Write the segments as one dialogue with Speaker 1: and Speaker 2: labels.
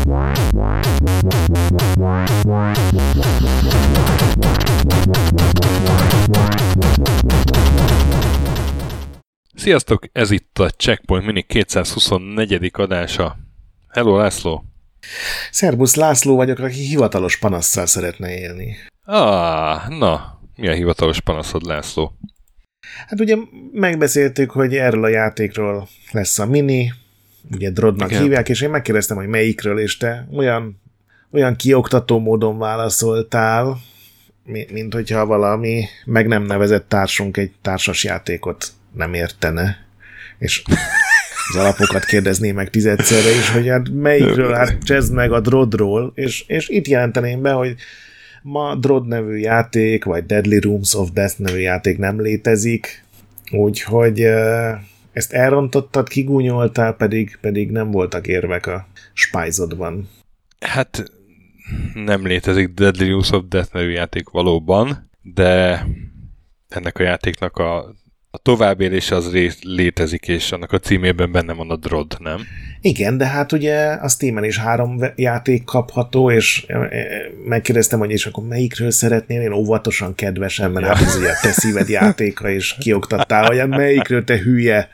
Speaker 1: Sziasztok, ez itt a Checkpoint Mini 224. adása. Hello, László!
Speaker 2: Szerbusz, László vagyok, aki hivatalos panasszal szeretne élni.
Speaker 1: Na, mi a hivatalos panaszod, László?
Speaker 2: Hát ugye megbeszéltük, hogy erről a játékról lesz a mini, ugye Drodnak hívják, és én megkérdeztem, hogy melyikről, és te olyan kioktató módon válaszoltál, mint hogyha valami meg nem nevezett társunk egy társas játékot nem értene, és az alapokat kérdezné meg 10-szerre is, hogy hát melyikről, hát csezd meg a Drodról, és itt jelenteném be, hogy ma Drod nevű játék, vagy Deadly Rooms of Death nevű játék nem létezik, úgyhogy ezt elrontottad, kigúnyoltál, pedig nem voltak érvek a spájzodban.
Speaker 1: Hát nem létezik Deadly Rooms of Death nevű játék valóban, de ennek a játéknak a továbbélése az létezik, és annak a címében benne van a Drod, nem?
Speaker 2: Igen, de hát ugye a Steamen is 3 játék kapható, és megkérdeztem, hogy és akkor melyikről szeretnél, én óvatosan, kedvesen, mert hát ez ugye a te szíved játéka, és kioktattál, hogy melyikről, te hülye.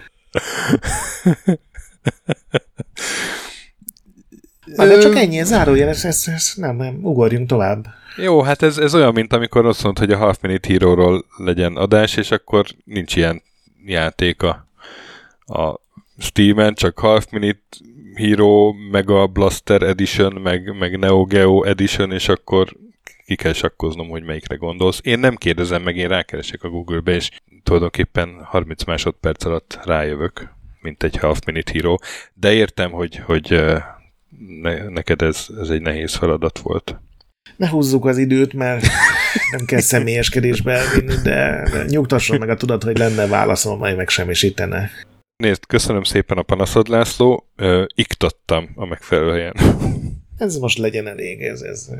Speaker 2: De csak ennyi, zárójeles, ez nem, ugorjunk tovább.
Speaker 1: Jó, hát ez olyan, mint amikor azt mondod, hogy a Half Minute Hero-ról legyen adás, és akkor nincs ilyen játék a Steamen, csak Half Minute Hero, Mega Blaster Edition, meg Neo Geo Edition, és akkor ki kell sakkoznom, hogy melyikre gondolsz. Én nem kérdezem meg, én rákeresek a Google-be, és tulajdonképpen 30 másodperc alatt rájövök, mint egy Half Minute Hero. De értem, hogy neked ez egy nehéz feladat volt.
Speaker 2: Ne húzzuk az időt, mert nem kell személyeskedésbe elvinni, de nyugtasson meg a tudat, hogy lenne válaszom, majd megsemmisítene.
Speaker 1: Nézd, köszönöm szépen a panaszod, László. Iktattam a megfelelő helyen.
Speaker 2: Ez most legyen elég, ez.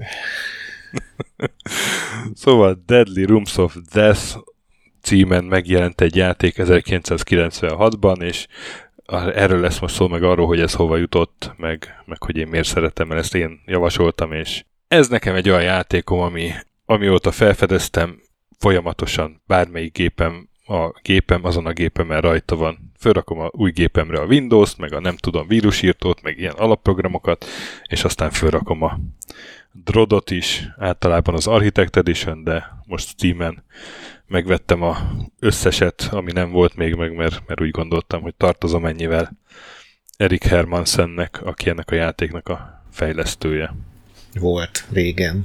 Speaker 1: Szóval Deadly Rooms of Death címen megjelent egy játék 1996-ban, és erről lesz most szó, meg arról, hogy ez hova jutott, meg hogy én miért szeretem, mert ezt én javasoltam, és ez nekem egy olyan játékom, amióta felfedeztem, folyamatosan bármelyik gépem azon a gépemen rajta van. Fölrakom a új gépemre a Windows-t, meg a nem tudom vírusírtót, meg ilyen alapprogramokat, és aztán fölrakom a Drodot is, általában az Architect Edition, de most Steamen megvettem az összeset, ami nem volt még meg, mert úgy gondoltam, hogy tartozom ennyivel Erik Hermansennek, aki ennek a játéknak a fejlesztője.
Speaker 2: Volt régen,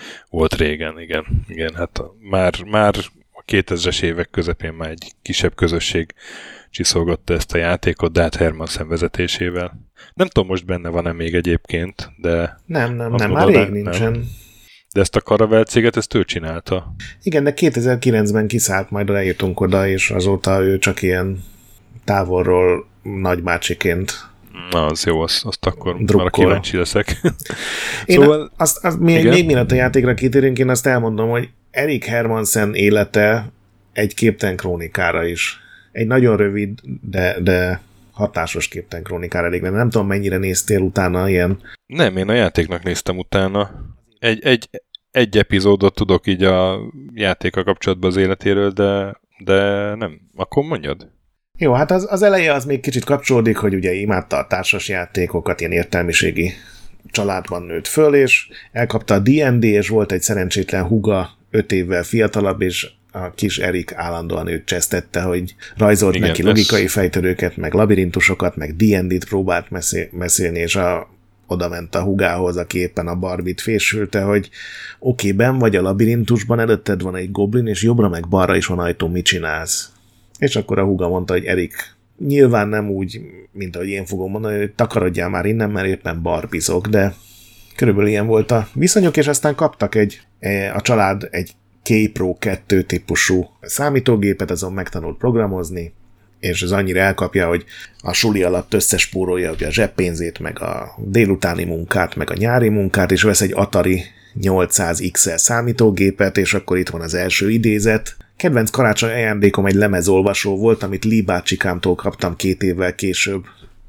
Speaker 1: igen. Hát már a 2000-es évek közepén már egy kisebb közösség csiszolgatta ezt a játékot, de hát Hermansen vezetésével. Nem tudom, most benne van-e még egyébként, de...
Speaker 2: Nem, már rég nincsen. Nem.
Speaker 1: De ezt a Caravelle céget, ezt ő csinálta.
Speaker 2: Igen, de 2009-ben kiszállt, majd leírtunk oda, és azóta ő csak ilyen távolról nagybácsiként
Speaker 1: na, az jó, azt akkor már kíváncsi leszek.
Speaker 2: Szóval, még mielőtt a játékra kitérünk, én azt elmondom, hogy Erik Hermansen élete egy képtelen krónikára is. Egy nagyon rövid, de hatásos képtelen krónikára elég. Nem tudom, mennyire néztél utána ilyen.
Speaker 1: Nem, én a játéknak néztem utána. Egy epizódot tudok így a játéka kapcsolatban az életéről, de nem. Akkor mondjad.
Speaker 2: Jó, hát az eleje az még kicsit kapcsolódik, hogy ugye imádta a társas játékokat, ilyen értelmiségi családban nőtt föl, és elkapta a D&D, és volt egy szerencsétlen húga, 5 évvel fiatalabb, és a kis Erik állandóan őt csesztette, hogy rajzolt neki logikai fejtörőket, meg labirintusokat, meg D&D-t próbált mesélni, és oda ment a húgához, aki éppen a Barbit fésülte, hogy oké, benn vagy a labirintusban, előtted van egy goblin, és jobbra meg balra is van ajtó, mit csinálsz? És akkor a húga mondta, hogy Erik, nyilván nem úgy, mint ahogy én fogom mondani, hogy takarodjál már innen, mert éppen barbizok, de körülbelül ilyen volt a viszonyok, és aztán kaptak a család egy K-Pro 2 típusú számítógépet, azon megtanult programozni, és ez annyira elkapja, hogy a suli alatt összespórolja a zseppénzét, meg a délutáni munkát, meg a nyári munkát, és vesz egy Atari 800 XL számítógépet, és akkor itt van az első idézet. Kedvenc karácsony ajándékom egy lemezolvasó volt, amit Lee bácsikámtól kaptam 2 évvel később.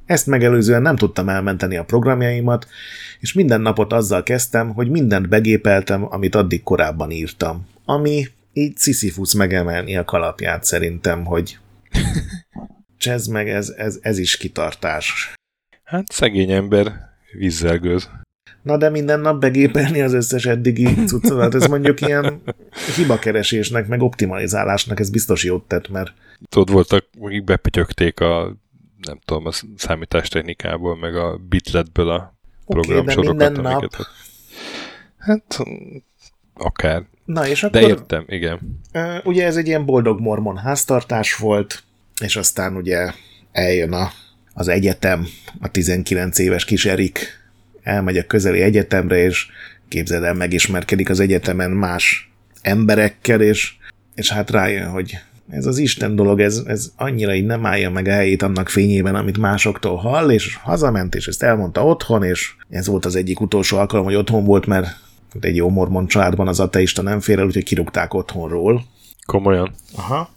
Speaker 2: Ezt megelőzően nem tudtam elmenteni a programjaimat, és minden napot azzal kezdtem, hogy mindent begépeltem, amit addig korábban írtam. Ami így Sisyphus megemelni a kalapját szerintem, hogy csezd meg, ez is kitartás.
Speaker 1: Hát szegény ember vízzel gőz.
Speaker 2: Na de minden nap begépelni az összes eddigi cuccodat, ez mondjuk ilyen hibakeresésnek, meg optimalizálásnak ez biztos jót tett, mert...
Speaker 1: Tudod, voltak, akik bepötyögték nem tudom, a számítástechnikából, meg a bitletből a programsorokat, amiket... Hát, akár.
Speaker 2: Na és akkor...
Speaker 1: De értem, igen.
Speaker 2: Ugye ez egy ilyen boldog mormon háztartás volt, és aztán ugye eljön az egyetem, a 19 éves kis Erik elmegy a közeli egyetemre, és képzeld el, megismerkedik az egyetemen más emberekkel, és hát rájön, hogy ez az Isten dolog, ez annyira így nem állja meg a helyét annak fényében, amit másoktól hall, és hazament, és ezt elmondta otthon, és ez volt az egyik utolsó alkalom, hogy otthon volt, mert egy jó mormon családban az ateista nem fér el, úgyhogy kirúgták otthonról.
Speaker 1: Komolyan?
Speaker 2: Aha.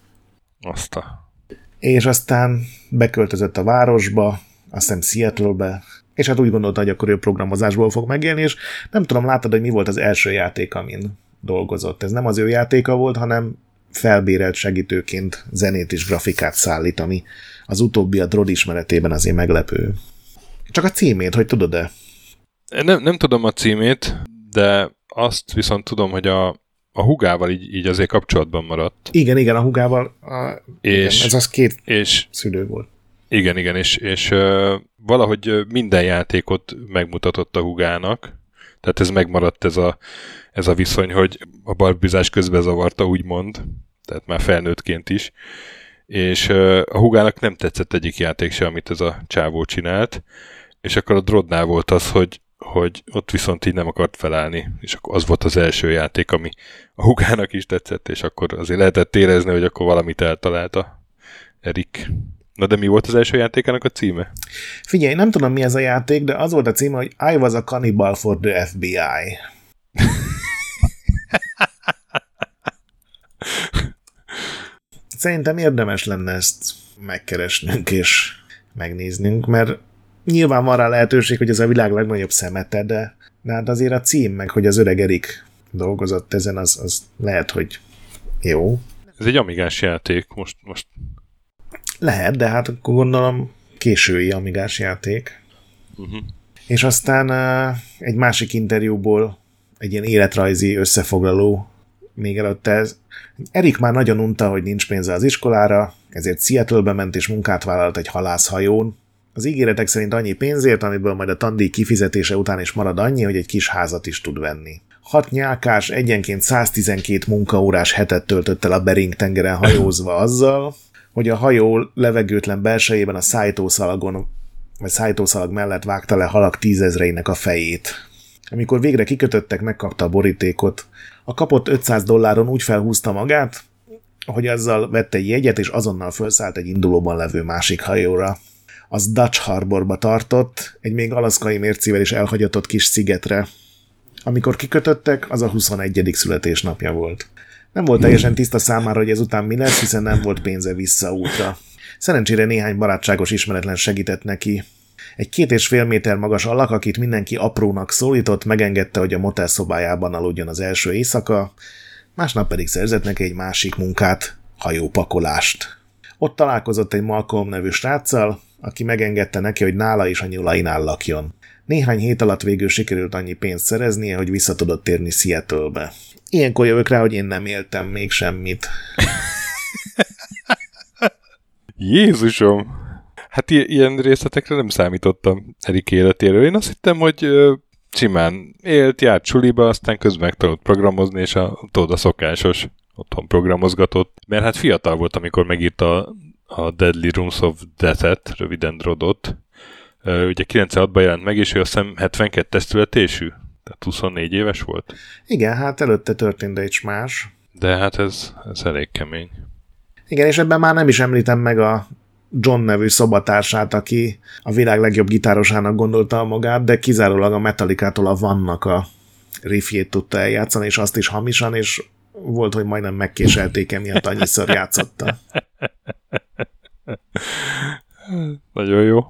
Speaker 1: És
Speaker 2: aztán beköltözött a városba, azt hiszem Seattle-be, és hát úgy gondolta, hogy akkor ő programozásból fog megélni, és nem tudom, láttad, hogy mi volt az első játék, amin dolgozott. Ez nem az ő játéka volt, hanem felbérelt segítőként zenét és grafikát szállít, ami az utóbbi a Drod ismeretében azért meglepő. Csak a címét, hogy tudod-e?
Speaker 1: Nem tudom a címét, de azt viszont tudom, hogy a hugával így azért kapcsolatban maradt.
Speaker 2: Igen, a hugával igen, ez az két szülő volt.
Speaker 1: Igen, és valahogy minden játékot megmutatott a hugának, tehát ez megmaradt ez a viszony, hogy a barbizás közben zavarta, úgymond, tehát már felnőttként is, és a hugának nem tetszett egyik játék se, amit ez a csávó csinált, és akkor a Drodnál volt az, hogy ott viszont így nem akart felállni, és akkor az volt az első játék, ami a hugának is tetszett, és akkor azért lehetett érezni, hogy akkor valamit eltalálta Erik. Na de mi volt az első játékának a címe?
Speaker 2: Figyelj, nem tudom mi ez a játék, de az volt a címe, hogy I was a cannibal for the FBI. Szerintem érdemes lenne ezt megkeresnünk és megnéznünk, mert nyilván van rá lehetőség, hogy ez a világ legnagyobb szemete, de hát azért a cím, meg hogy az öreg Erik dolgozott ezen, az lehet, hogy jó.
Speaker 1: Ez egy amigás játék, most.
Speaker 2: Lehet, de hát akkor gondolom késői amigás játék.
Speaker 1: Uh-huh.
Speaker 2: És aztán egy másik interjúból egy ilyen életrajzi összefoglaló még előtte. Erik már nagyon unta, hogy nincs pénze az iskolára, ezért Seattle-be ment és munkát vállalt egy halászhajón. Az ígéretek szerint annyi pénzért, amiből majd a tandíj kifizetése után is marad annyi, hogy egy kis házat is tud venni. 6 nyálkás, egyenként 112 munkaórás hetet töltött el a Bering-tengeren hajózva azzal, hogy a hajó levegőtlen belsejében a szájtószalagon, vagy szájtószalag mellett vágta le halak 10 000-einek a fejét. Amikor végre kikötöttek, megkapta a borítékot. A kapott $500 úgy felhúzta magát, hogy azzal vette egy jegyet, és azonnal felszállt egy indulóban levő másik hajóra. Az Dutch Harborba tartott, egy még alaszkai mércével is elhagyatott kis szigetre. Amikor kikötöttek, az a 21. születésnapja volt. Nem volt teljesen tiszta számára, hogy ezután mi lesz, hiszen nem volt pénze visszaútra. Szerencsére néhány barátságos ismeretlen segített neki. Egy 2,5 méter magas alak, akit mindenki aprónak szólított, megengedte, hogy a motel szobájában aludjon az első éjszaka, másnap pedig szerzett neki egy másik munkát, hajópakolást. Ott találkozott egy Malcolm nevű sráccal, aki megengedte neki, hogy nála és a nyulainál lakjon. Néhány hét alatt végül sikerült annyi pénzt szereznie, hogy vissza tudott térni Seattle-be. Ilyenkor jövök rá, hogy én nem éltem még semmit.
Speaker 1: Jézusom! Hát ilyen részletekre nem számítottam Erik életéről. Én azt hittem, hogy simán élt, járt suliba, aztán közben megtanult programozni, és a szokásos otthon programozgatott. Mert hát fiatal volt, amikor megírta a Deadly Rooms of Death-et, röviden Drodot. Ugye 96-ban jelent meg, és ő azt hiszem 72-es születésű. Tehát 24 éves volt.
Speaker 2: Igen, hát előtte történt egy más.
Speaker 1: De hát ez elég kemény.
Speaker 2: Igen, és ebben már nem is említem meg a John nevű szobatársát, aki a világ legjobb gitárosának gondolta magát, de kizárólag a Metallicától a Vannak a riffjét tudta eljátszani, és azt is hamisan, és volt, hogy majdnem megkéselték emiatt, annyiszor játszotta.
Speaker 1: Nagyon jó.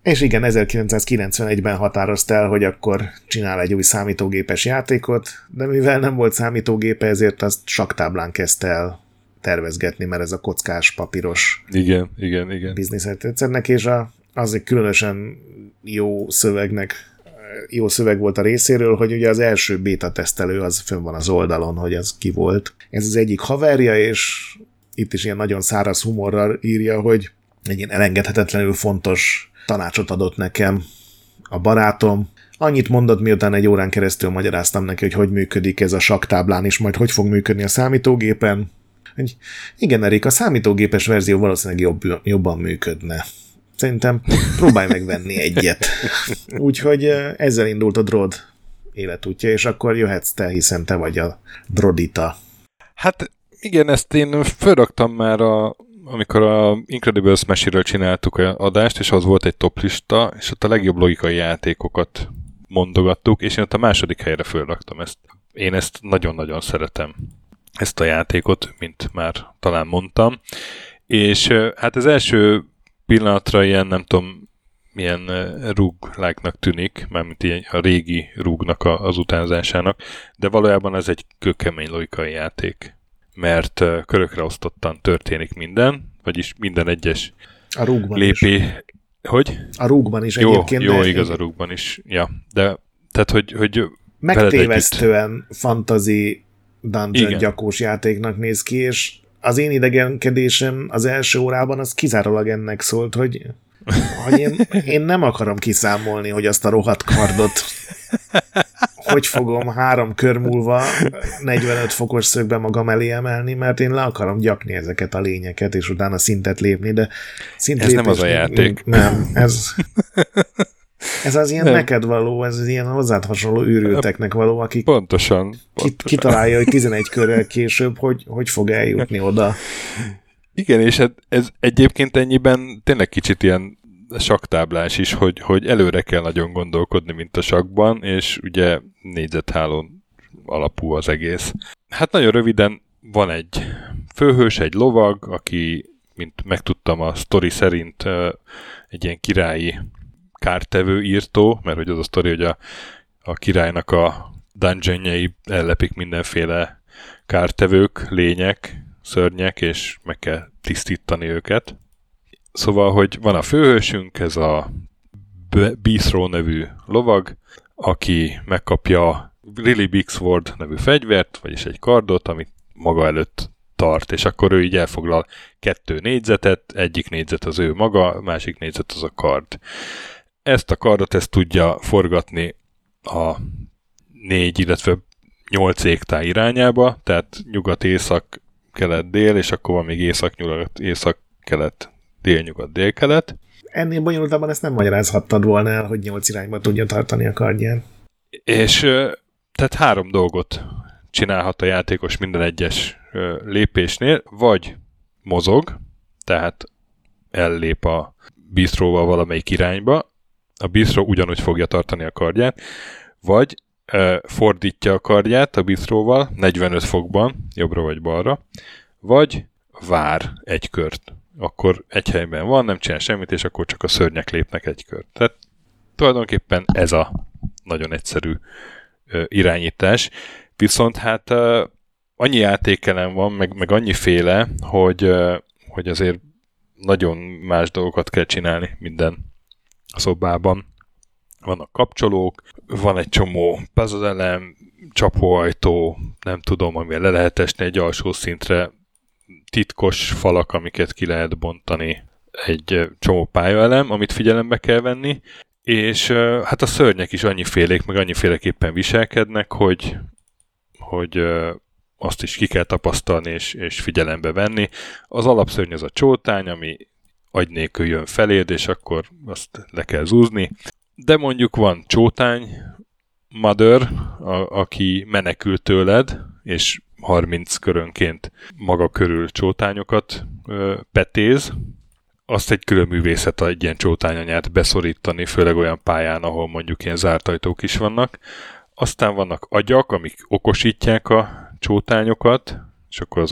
Speaker 2: És igen, 1991-ben határozta el, hogy akkor csinál egy új számítógépes játékot, de mivel nem volt számítógépe, ezért azt sakktáblán kezdte el tervezgetni, mert ez a kockás, papíros
Speaker 1: igen.
Speaker 2: bizniszet tetszenek, és az egy különösen jó szöveg volt a részéről, hogy ugye az első beta tesztelő az fönn van az oldalon, hogy az ki volt. Ez az egyik haverja, és itt is ilyen nagyon száraz humorral írja, hogy egy ilyen elengedhetetlenül fontos tanácsot adott nekem a barátom. Annyit mondott, miután egy órán keresztül magyaráztam neki, hogy működik ez a sakktáblán, és majd hogy fog működni a számítógépen. Hogy igen, Erik, a számítógépes verzió valószínűleg jobban működne. Szerintem próbálj megvenni egyet. Úgyhogy ezzel indult a Drod életútja, és akkor jöhetsz te, hiszen te vagy a Drodita.
Speaker 1: Hát igen, ezt én felraktam már, amikor a Incredibles Mesh-ről csináltuk a adást, és az volt egy toplista, és ott a legjobb logikai játékokat mondogattuk, és én ott a második helyre felraktam ezt. Én ezt nagyon-nagyon szeretem, ezt a játékot, mint már talán mondtam. És hát az első pillanatra ilyen, nem tudom, milyen roguelike-nak tűnik, mármint ilyen a régi rugnak az utánzásának, de valójában ez egy kőkemény logikai játék, mert körökre osztottan történik minden, vagyis minden egyes
Speaker 2: a rugban
Speaker 1: lépé...
Speaker 2: Is.
Speaker 1: Hogy?
Speaker 2: A rugban is
Speaker 1: jó,
Speaker 2: egyébként.
Speaker 1: Jó, igaz, a rugban is. Ja, de tehát, hogy
Speaker 2: megtévesztően fantasy dungeon gyakós játéknak néz ki, és az én idegenkedésem az első órában az kizárólag ennek szólt, hogy én nem akarom kiszámolni, hogy azt a rohadt kardot hogy fogom 3 kör múlva 45 fokos szögbe magam elé emelni, mert én le akarom gyakni ezeket a lényeket, és utána szintet lépni, de
Speaker 1: ez nem az a játék.
Speaker 2: Nem, ez az ilyen neked való, ez az ilyen hozzád hasonló őrülteknek való, akik
Speaker 1: pontosan.
Speaker 2: Kitalálja, hogy 11 körrel később, hogy fog eljutni oda.
Speaker 1: Igen, és ez egyébként ennyiben tényleg kicsit ilyen sakktáblás is, hogy előre kell nagyon gondolkodni, mint a sakkban, és ugye négyzethálón alapú az egész. Hát nagyon röviden van egy főhős, egy lovag, aki, mint megtudtam a sztori szerint, egy ilyen királyi kártevő írtó, mert hogy az a sztori, hogy a királynak a dungeonjai ellepik mindenféle kártevők, lények, szörnyek, és meg kell tisztítani őket. Szóval, hogy van a főhősünk, ez a Beathrow nevű lovag, aki megkapja a Really Big Sword nevű fegyvert, vagyis egy kardot, amit maga előtt tart, és akkor ő így elfoglal 2 négyzetet, egyik négyzet az ő maga, másik négyzet az a kard. Ezt a kardot ezt tudja forgatni a 4, illetve 8 égtáj irányába, tehát nyugat, észak, kelet, dél, és akkor van még észak, nyugat, észak, kelet, dél, nyugat, dél, kelet.
Speaker 2: Ennél bonyolultabban ezt nem magyarázhattad volna el, hogy 8 irányba tudja tartani a kardján.
Speaker 1: És tehát 3 dolgot csinálhat a játékos minden egyes lépésnél, vagy mozog, tehát ellép a Beathrow-val valamelyik irányba, a Beathrow ugyanúgy fogja tartani a kardját, vagy fordítja a kardját a Beathrow-val 45 fokban, jobbra vagy balra, vagy vár egy kört. Akkor egy helyben van, nem csinál semmit, és akkor csak a szörnyek lépnek egy kört. Tehát tulajdonképpen ez a nagyon egyszerű irányítás. Viszont hát annyi játékelem van, meg annyiféle, hogy azért nagyon más dolgokat kell csinálni minden szobában. Vannak kapcsolók, van egy csomó puzzle-elem, csapóajtó, nem tudom, amivel le lehet esni egy alsó szintre, titkos falak, amiket ki lehet bontani, egy csomó pályaelem, amit figyelembe kell venni, és hát a szörnyek is annyifélék, meg annyiféleképpen viselkednek, hogy azt is ki kell tapasztalni és figyelembe venni. Az alapszörny az a csótány, ami agy nélkül jön feléd, és akkor azt le kell zúzni. De mondjuk van csótány, Mother, aki menekül tőled, és 30 körönként maga körül csótányokat petéz. Azt egy külön művészet egy ilyen csótányanyát beszorítani, főleg olyan pályán, ahol mondjuk ilyen zárt ajtók is vannak. Aztán vannak agyak, amik okosítják a csótányokat, és akkor azok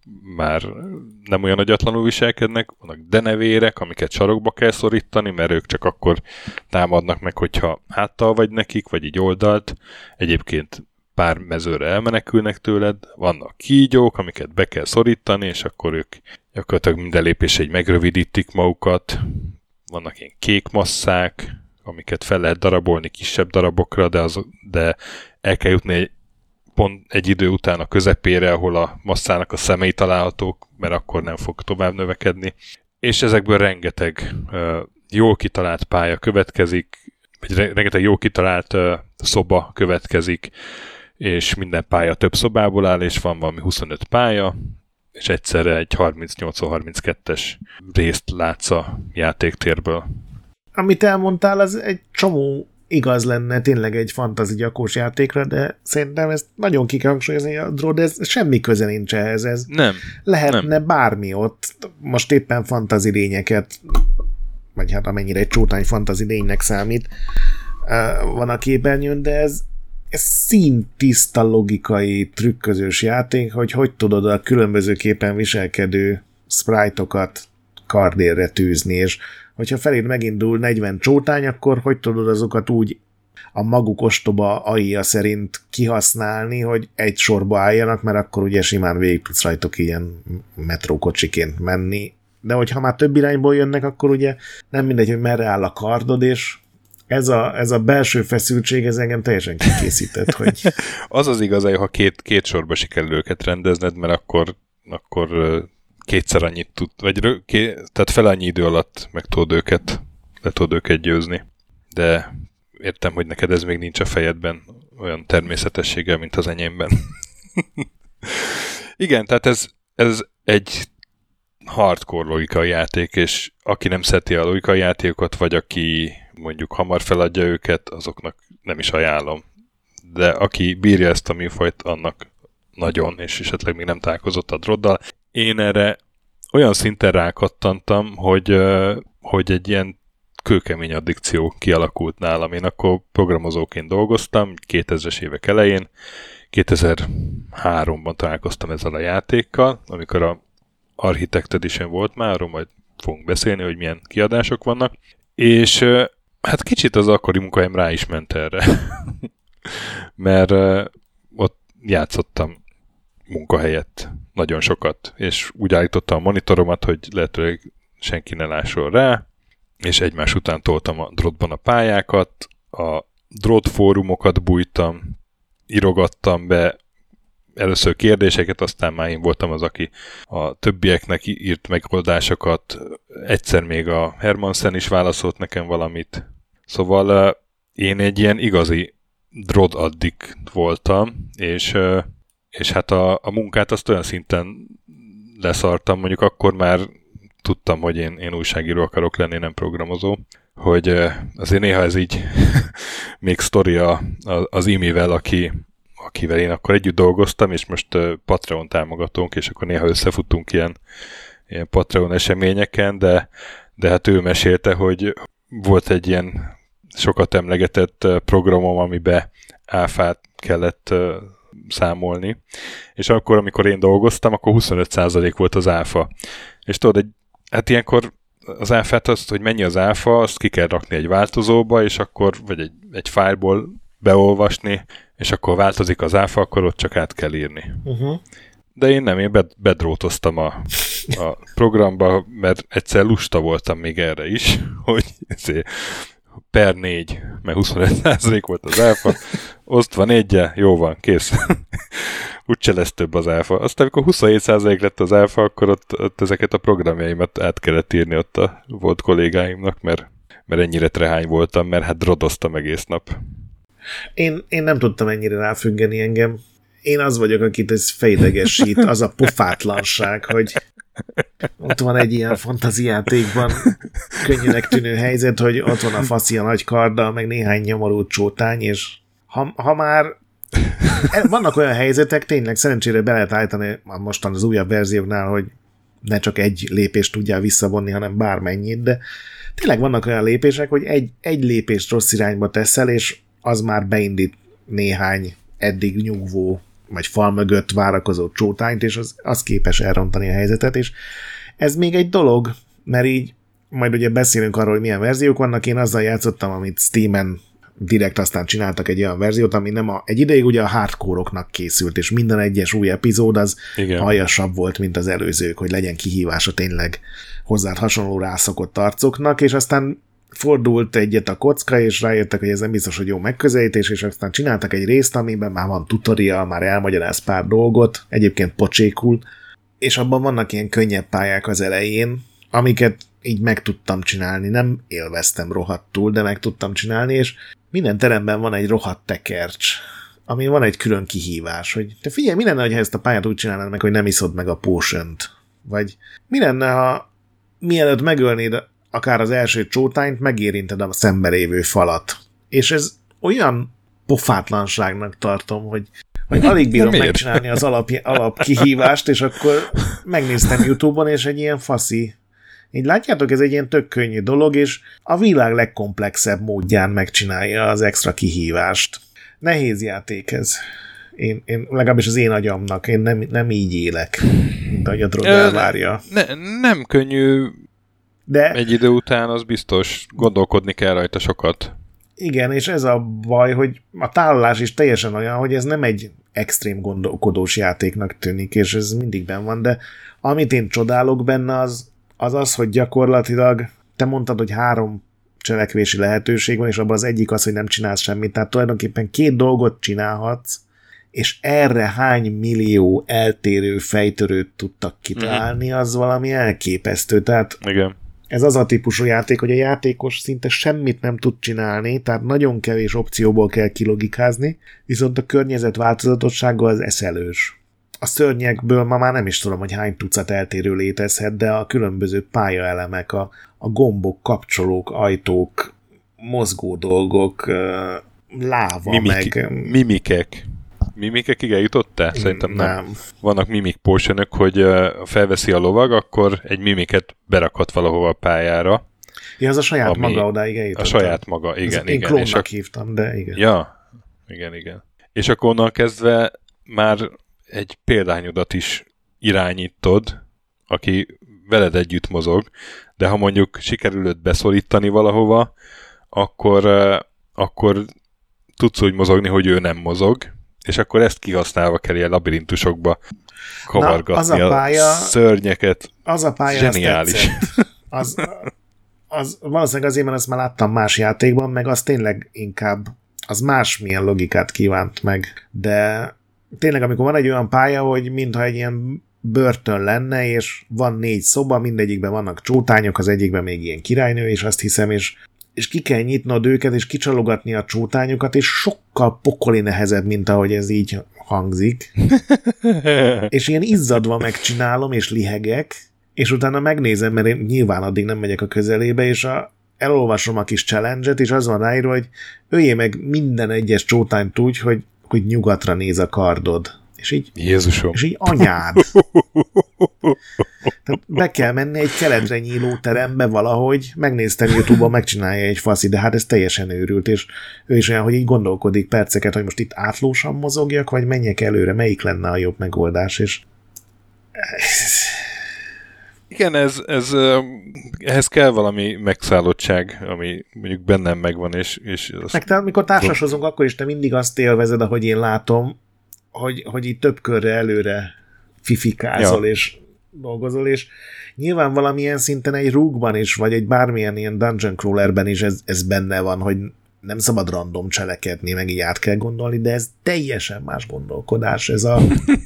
Speaker 1: már nem olyan agyatlanul viselkednek, vannak denevérek, amiket sarokba kell szorítani, mert ők csak akkor támadnak meg, hogyha háttal vagy nekik, vagy így oldalt. Egyébként pár mezőre elmenekülnek tőled, vannak kígyók, amiket be kell szorítani, és akkor ők gyakorlatilag minden lépésre így megrövidítik magukat. Vannak ilyen kék masszák, amiket fel lehet darabolni kisebb darabokra, de el kell jutni pont egy idő után a közepére, ahol a masszának a szemei találhatók, mert akkor nem fog tovább növekedni. És ezekből rengeteg jól kitalált pálya következik, vagy rengeteg jól kitalált szoba következik, és minden pálya több szobából áll, és van valami 25 pálya, és egyszerre egy 38-32-es részt látsz a játéktérből.
Speaker 2: Amit elmondtál, az egy csomó igaz lenne tényleg egy fantasy gyakós játékra, de szerintem ezt nagyon ki kell hangsúlyozni, a Drod, ez semmi köze nincs ehhez. Ez
Speaker 1: nem.
Speaker 2: Lehetne
Speaker 1: nem.
Speaker 2: Bármi ott. Most éppen fantasy lényeket, vagy hát amennyire egy csótány fantasy lénynek számít, van a képernyőn, de ez színtiszta logikai trükközős játék, hogy tudod a különbözőképpen viselkedő sprite-okat kardérre tűzni, és hogyha feléd megindul 40 csótány, akkor hogy tudod azokat úgy a maguk ostoba AI-ja szerint kihasználni, hogy egy sorba álljanak, mert akkor ugye simán végig tudsz rajtuk ilyen metrókocsiként menni. De hogyha már több irányból jönnek, akkor ugye nem mindegy, hogy merre áll a kardod, és ez a belső feszültség, ez engem teljesen kikészített, hogy...
Speaker 1: Az igaz, ha két sorba sikerül őket rendezned, mert akkor kétszer annyit tud, vagy tehát fel annyi idő alatt meg le tudod őket győzni. De értem, hogy neked ez még nincs a fejedben olyan természetességgel, mint az enyémben. Igen, tehát ez egy hardcore logikai játék, és aki nem szereti a logikai játékokat, vagy aki mondjuk hamar feladja őket, azoknak nem is ajánlom. De aki bírja ezt a műfajt, annak nagyon, és esetleg még nem találkozott a Droddal. Én erre olyan szinten rákattantam, hogy egy ilyen kőkemény addikció kialakult nálam. Én akkor programozóként dolgoztam, 2000-es évek elején, 2003-ban találkoztam ezzel a játékkal, amikor a Architect Edition volt már, arról majd fogunk beszélni, hogy milyen kiadások vannak, és hát kicsit az akkori munkahelyem rá is ment erre, mert ott játszottam munkahelyett nagyon sokat, és úgy állítottam a monitoromat, hogy lehetőleg senki ne lásson rá, és egymás után toltam a Drodban a pályákat, a Drod fórumokat bújtam, írogattam be először kérdéseket, aztán már én voltam az, aki a többieknek írt megoldásokat, egyszer még a Hermansen is válaszolt nekem valamit. Szóval én egy ilyen igazi Drod addict voltam, és hát a munkát azt olyan szinten leszartam, mondjuk akkor már tudtam, hogy én újságíró akarok lenni, nem programozó, hogy azért néha ez így még sztoria az Imivel, akivel én akkor együtt dolgoztam, és most Patreon támogatónk, és akkor néha összefutunk ilyen Patreon eseményeken, de hát ő mesélte, hogy volt egy ilyen sokat emlegetett programom, amiben áfát kellett számolni, és akkor, amikor én dolgoztam, akkor 25% volt az áfa. És tudod, hát ilyenkor az áfát, azt, hogy mennyi az áfa, azt ki kell rakni egy változóba, és akkor, vagy egy fájlból beolvasni, és akkor változik az áfa, akkor ott csak át kell írni. Uh-huh. De én nem, én bedrótoztam a programba, mert egyszer lusta voltam még erre is, hogy per 4, mert 25% volt az áfa, osztva 4-je, jó van, kész. Úgyse lesz több az áfa. Aztán, amikor 27% lett az áfa, akkor ott ezeket a programjaimat át kellett írni ott a volt kollégáimnak, mert ennyire trehány voltam, mert hát drodoztam egész nap.
Speaker 2: Én nem tudtam ennyire ráfüggeni engem. Én az vagyok, akit ez fejlegesít, az a pofátlanság, hogy ott van egy ilyen fantazijátékban könnyűnek tűnő helyzet, hogy ott van a faszi a nagy karddal, meg néhány nyomorult csótány, és ha már vannak olyan helyzetek, tényleg szerencsére be lehet állítani mostan az újabb verzióknál, hogy ne csak egy lépést tudjál visszavonni, hanem bármennyit, de tényleg vannak olyan lépések, hogy egy lépést rossz irányba teszel, és az már beindít néhány eddig nyugvó vagy fal mögött várakozó csótányt, és az képes elrontani a helyzetet, és ez még egy dolog, mert így majd ugye beszélünk arról, hogy milyen verziók vannak, én azzal játszottam, amit Steamen direkt aztán csináltak egy olyan verziót, ami nem egy ideig ugye a hardcore-oknak készült, és minden egyes új epizód az aljasabb volt, mint az előzők, hogy legyen kihívása tényleg hozzád hasonló rászokott arcoknak, és aztán fordult egyet a kocka, és rájöttek, hogy ez nem biztos, hogy jó megközelítés, és aztán csináltak egy részt, amiben már van tutorial, már elmagyaráz pár dolgot, egyébként pocsékul, és abban vannak ilyen könnyebb pályák az elején, amiket így meg tudtam csinálni, nem élveztem rohadtul, de meg tudtam csinálni, és minden teremben van egy rohadt tekercs, ami van egy külön kihívás, hogy te figyelj, mi lenne, ha ezt a pályát úgy csinálnád meg, hogy nem iszod meg a potion-t? Vagy mi lenne, ha mielőtt megölnéd akár az első csótányt, megérinted a szembe lévő falat? És ez olyan pofátlanságnak tartom, hogy alig bírom megcsinálni az alap kihívást, és akkor megnéztem YouTube-on, és egy ilyen faszi. Így látjátok, ez egy ilyen tök könnyű dolog, és a világ legkomplexebb módján megcsinálja az extra kihívást. Nehéz játék ez. Én legalábbis az én agyamnak, én nem így élek, mint ahogy a drog elvárja.
Speaker 1: Nem könnyű, de egy idő után az biztos, gondolkodni kell rajta sokat.
Speaker 2: Igen, és ez a baj, hogy a tálalás is teljesen olyan, hogy ez nem egy extrém gondolkodós játéknak tűnik, és ez mindig benn van, de amit én csodálok benne az, hogy gyakorlatilag te mondtad, hogy 3 cselekvési lehetőség van, és abban az egyik az, hogy nem csinálsz semmit, tehát tulajdonképpen 2 dolgot csinálhatsz, és erre hány millió eltérő fejtörőt tudtak kitalálni, az valami elképesztő, tehát
Speaker 1: igen.
Speaker 2: Ez az a típusú játék, hogy a játékos szinte semmit nem tud csinálni, tehát nagyon kevés opcióból kell kilogikázni, viszont a környezet változatossága az eszelős. A szörnyekből ma már nem is tudom, hogy hány tucat eltérő létezhet, de a különböző pályaelemek, a gombok, kapcsolók, ajtók, mozgó dolgok, láva,
Speaker 1: Mimikek. Mimikekig eljutottál? Szerintem nem. Vannak mimik potionok, hogy felveszi a lovag, akkor egy mimiket berakhat valahova a pályára.
Speaker 2: Ja, az a saját maga odáig eljutott.
Speaker 1: A saját maga, igen.
Speaker 2: Én klónnak hívtam, de igen.
Speaker 1: Ja, igen. És akkor onnan kezdve már egy példányodat is irányítod, aki veled együtt mozog, de ha mondjuk sikerül őt beszorítani valahova, akkor tudsz úgy mozogni, hogy ő nem mozog, és akkor ezt kihasználva kell ilyen labirintusokba kavargatni a szörnyeket.
Speaker 2: Az a pálya
Speaker 1: zseniális.
Speaker 2: Az valószínűleg azért, mert azt már láttam más játékban, meg az tényleg inkább az másmilyen logikát kívánt meg, de tényleg amikor van egy olyan pálya, hogy mintha egy ilyen börtön lenne, és van 4 szoba, mindegyikben vannak csótányok, az egyikben még ilyen királynő, és azt hiszem, és ki kell nyitnod őket, és kicsalogatni a csótányokat, és sokkal pokoli nehezebb, mint ahogy ez így hangzik. És ilyen izzadva megcsinálom, és lihegek, és utána megnézem, mert én nyilván addig nem megyek a közelébe, és elolvasom a kis challenge-et, és az van ráírva, hogy öljé meg minden egyes csótányt úgy, hogy nyugatra néz a kardod. És így,
Speaker 1: Jézusom.
Speaker 2: És így anyád. Tehát be kell menni egy keletre nyíló terembe valahogy, megnéztem YouTube-on, megcsinálja egy faszi, de hát ez teljesen őrült, és ő is olyan, hogy így gondolkodik perceket, hogy most itt átlósan mozogjak, vagy menjek előre, melyik lenne a jobb megoldás, és
Speaker 1: igen, ehhez kell valami megszállottság, ami mondjuk bennem megvan, és
Speaker 2: meg te, amikor társasozunk, akkor is te mindig azt élvezed, ahogy én látom, hogy így több körre előre fifikázol, és dolgozol, és nyilván valamilyen szinten egy rúgban is, vagy egy bármilyen ilyen dungeon crawlerben is ez benne van, hogy nem szabad random cselekedni, meg így át kell gondolni, de ez teljesen más gondolkodás, ez a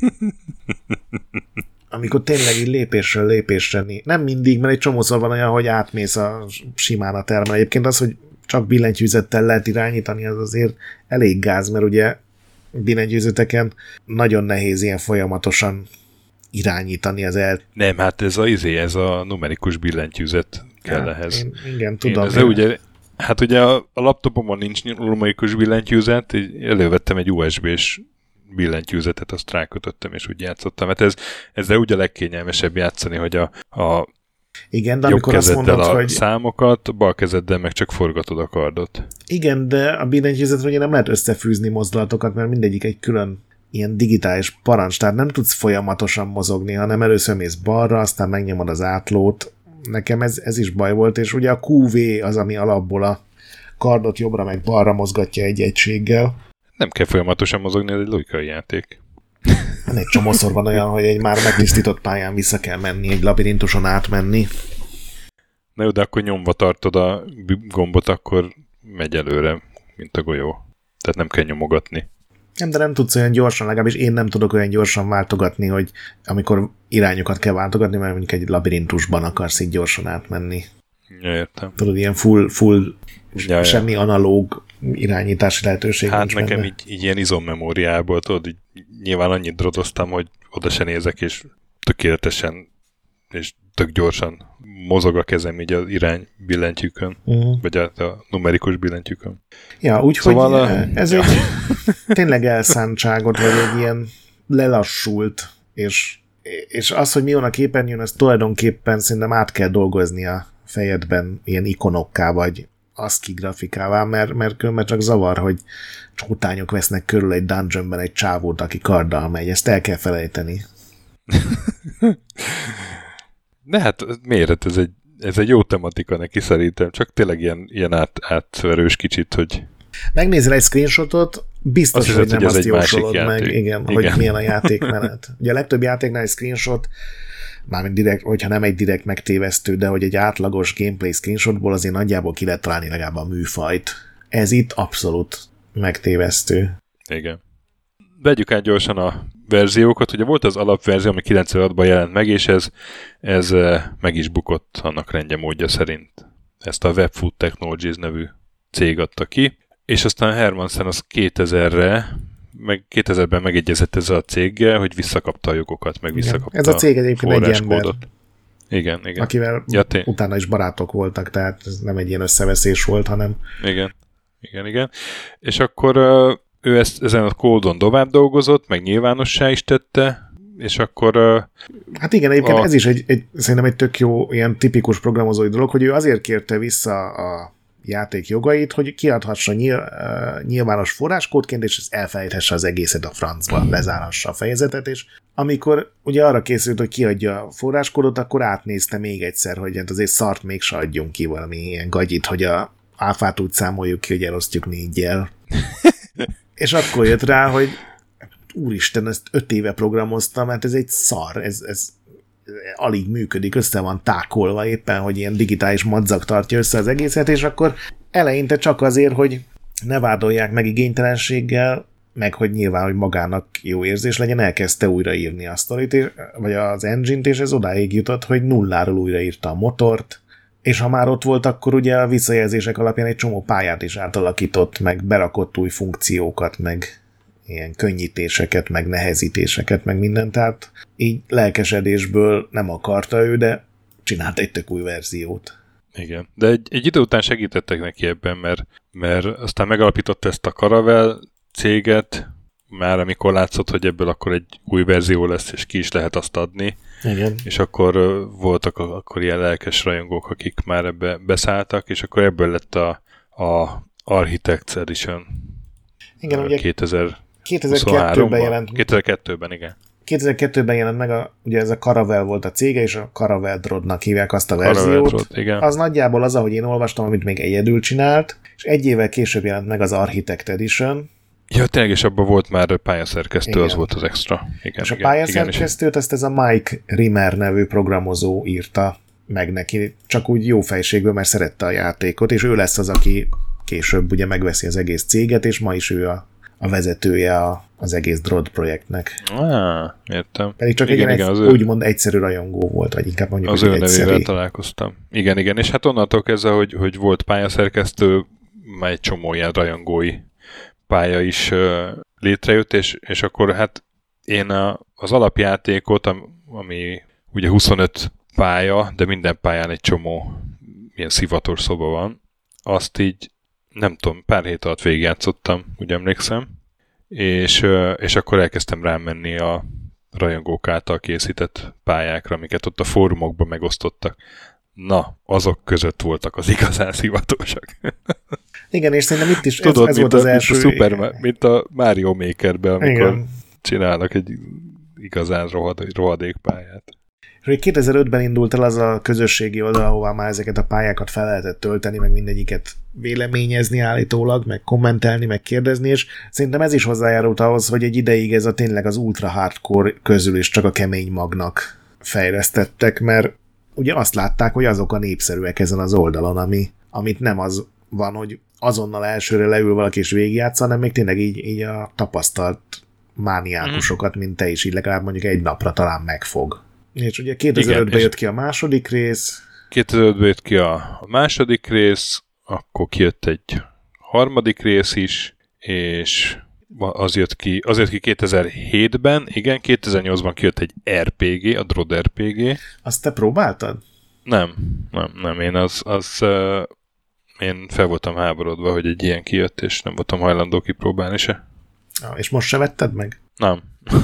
Speaker 2: amikor tényleg így lépésről lépésre, nem mindig, mert egy csomószor van olyan, hogy átmész simán a termen. Egyébként az, hogy csak billentyűzettel lehet irányítani, az azért elég gáz, mert ugye billentyűzeteken nagyon nehéz ilyen folyamatosan irányítani az
Speaker 1: Nem, hát ez a numerikus billentyűzet kell ehhez.
Speaker 2: Igen, tudom.
Speaker 1: Hát ugye a laptopomon nincs numerikus billentyűzet, elővettem egy USB-s billentyűzetet, azt rákötöttem, és úgy játszottam. Hát ezzel úgy a legkényelmesebb játszani, hogy a
Speaker 2: igen, de
Speaker 1: jobb
Speaker 2: amikor azt
Speaker 1: kezeddel
Speaker 2: mondod, hogy
Speaker 1: számokat, bal kezeddel meg csak forgatod a kardot.
Speaker 2: Igen, de a billentyűzetre ugye nem lehet összefűzni mozdulatokat, mert mindegyik egy külön ilyen digitális parancs, tehát nem tudsz folyamatosan mozogni, hanem először mész balra, aztán megnyomod az átlót. Nekem ez is baj volt, és ugye a QV az, ami alapból a kardot jobbra meg balra mozgatja egy egységgel.
Speaker 1: Nem kell folyamatosan mozogni, ez egy logikai játék.
Speaker 2: Egy csomószor van olyan, hogy egy már megtisztított pályán vissza kell menni, egy labirintuson átmenni.
Speaker 1: Na jó, de akkor nyomva tartod a gombot, akkor megy előre, mint a golyó. Tehát nem kell nyomogatni.
Speaker 2: Nem, de nem tudsz olyan gyorsan, legalábbis én nem tudok olyan gyorsan váltogatni, hogy amikor irányokat kell váltogatni, mert mondjuk egy labirintusban akarsz így gyorsan átmenni.
Speaker 1: Ja, értem.
Speaker 2: Tudod, ilyen full semmi analóg irányítási lehetőség
Speaker 1: hát
Speaker 2: nincs
Speaker 1: nekem
Speaker 2: benne.
Speaker 1: így ilyen izommemóriából, tudod, így nyilván annyit drodoztam, hogy oda se nézek, és tökéletesen és tök gyorsan mozog a kezem így az irány billentyűkön, vagy a numerikus billentyűkön.
Speaker 2: Ja, úgyhogy
Speaker 1: szóval
Speaker 2: ez egy tényleg elszántságot, vagy egy ilyen lelassult, és az, hogy mi van a képernyőn, az tulajdonképpen szerintem át kell dolgozni a fejedben ilyen ikonokká, vagy ASCII grafikává, mert különben csak zavar, hogy csótányok vesznek körül egy dungeonben egy csávót, aki karddal megy. Ezt el kell felejteni.
Speaker 1: De hát miért? Ez egy jó tematika neki szerintem, csak tényleg ilyen átverős kicsit, hogy...
Speaker 2: Megnézel egy screenshotot, biztos,
Speaker 1: azt
Speaker 2: hogy
Speaker 1: hiszed,
Speaker 2: nem
Speaker 1: hogy
Speaker 2: azt jósolod meg,
Speaker 1: igen.
Speaker 2: hogy milyen a játékmenet. Ugye a legtöbb játéknál egy screenshot, mármint direkt, hogyha nem egy direkt megtévesztő, de hogy egy átlagos gameplay screenshotból azért nagyjából ki lehet találni legalább a műfajt. Ez itt abszolút megtévesztő.
Speaker 1: Igen. Vegyük át gyorsan a verziókat. Ugye volt az alapverzió, ami 96-ban jelent meg, és ez meg is bukott annak rendje módja szerint. Ezt a Webfoot Technologies nevű cég adta ki, és aztán Hermansen az 2000-ben megegyezett ezzel a céggel, hogy visszakapta a jogokat, meg visszakapta
Speaker 2: ez a cég egyébként egy ember.
Speaker 1: Igen.
Speaker 2: Akivel utána is barátok voltak, tehát ez nem egy ilyen összeveszés volt, hanem...
Speaker 1: Igen. És akkor ő ezen a kódon tovább dolgozott, meg nyilvánossá is tette, és akkor...
Speaker 2: Hát igen, egyébként ez is szerintem egy tök jó ilyen tipikus programozói dolog, hogy ő azért kérte vissza a játék jogait, hogy kiadhassa nyilvános forráskódként, és elfelejthesse az egészet a francba, lezárhassa a fejezetet, és amikor ugye arra készült, hogy kiadja a forráskódot, akkor átnézte még egyszer, hogy hát azért szart mégse adjunk ki valami ilyen gagyit, hogy a áfát úgy számoljuk ki, hogy elosztjuk 4-jel. És akkor jött rá, hogy úristen, ezt 5 éve programoztam, mert ez egy szar, ez alig működik, össze van tákolva éppen, hogy ilyen digitális madzag tartja össze az egészet, és akkor eleinte csak azért, hogy ne vádolják meg igénytelenséggel, meg hogy nyilván, hogy magának jó érzés legyen, elkezdte újraírni a sztorit, vagy az engine-t, és ez odáig jutott, hogy nulláról újraírta a motort, és ha már ott volt, akkor ugye a visszajelzések alapján egy csomó pályát is átalakított, meg berakott új funkciókat, meg ilyen könnyítéseket, meg nehezítéseket, meg mindent, tehát így lelkesedésből nem akarta ő, de csinált egy tök új verziót.
Speaker 1: Igen, de egy idő után segítettek neki ebben, mert aztán megalapította ezt a Caravelle céget, már amikor látszott, hogy ebből akkor egy új verzió lesz, és ki is lehet azt adni.
Speaker 2: Igen.
Speaker 1: És akkor voltak akkor ilyen lelkes rajongók, akik már ebbe beszálltak, és akkor ebből lett a Architects Edition.
Speaker 2: Igen, ugye
Speaker 1: 2002-ben
Speaker 2: jelent.
Speaker 1: 2002-ben, igen.
Speaker 2: 2002-ben jelent meg, ugye ez a Caravelle volt a cége, és a Caravelle Drodnak hívják azt a verziót.
Speaker 1: Igen.
Speaker 2: Az nagyjából az, ahogy én olvastam, amit még egyedül csinált, és egy évvel később jelent meg az Architect Edition.
Speaker 1: Ja, tényleg, és abban volt már pályaszerkesztő,
Speaker 2: igen.
Speaker 1: Az volt az extra. Igen,
Speaker 2: és a pályaszerkesztőt azt ez a Mike Rimmer nevű programozó írta meg neki, csak úgy jó fejségből, mert szerette a játékot, és ő lesz az, aki később ugye megveszi az egész céget, és ma is ő a vezetője az egész Drod projektnek.
Speaker 1: Értem.
Speaker 2: Pedig csak igen, úgymond egyszerű rajongó volt, vagy inkább mondjuk,
Speaker 1: az ő nevével találkoztam. Igen, és hát onnantól kezdve, hogy volt pályaszerkesztő, már egy csomó ilyen rajongói pálya is létrejött, és akkor hát én az alapjátékot, ami ugye 25 pálya, de minden pályán egy csomó ilyen szivatos szoba van, azt így nem tudom, pár hét alatt végigjátszottam, úgy emlékszem, és akkor elkezdtem rámenni a rajongók által készített pályákra, amiket ott a fórumokban megosztottak. Na, azok között voltak az igazán szivatosak.
Speaker 2: Igen, és szerintem itt is
Speaker 1: tudod,
Speaker 2: ez volt az első...
Speaker 1: Mint a Mario Makerben, amikor csinálnak egy igazán rohadék pályát.
Speaker 2: És 2005-ben indult el az a közösségi oldal, ahová már ezeket a pályákat fel lehetett tölteni, meg mindegyiket véleményezni állítólag, meg kommentelni, meg kérdezni, és szerintem ez is hozzájárult ahhoz, hogy egy ideig ez a tényleg az ultra hardcore közül is csak a kemény magnak fejlesztettek, mert ugye azt látták, hogy azok a népszerűek ezen az oldalon, amit nem az van, hogy azonnal elsőre leül valaki és végigjátsza, hanem még tényleg így a tapasztalt mániákusokat, mint te is, így legalább mondjuk egy napra talán megfog. És ugye 2005-ben jött ki a második rész.
Speaker 1: 2005-ben jött ki a második rész, akkor kijött egy harmadik rész is, és az jött ki 2007-ben, igen, 2008-ban kijött egy RPG, a Drod RPG.
Speaker 2: Azt te próbáltad?
Speaker 1: Nem, én fel voltam háborodva, hogy egy ilyen kijött, és nem voltam hajlandó kipróbálni se.
Speaker 2: És most se vetted meg?
Speaker 1: Nem.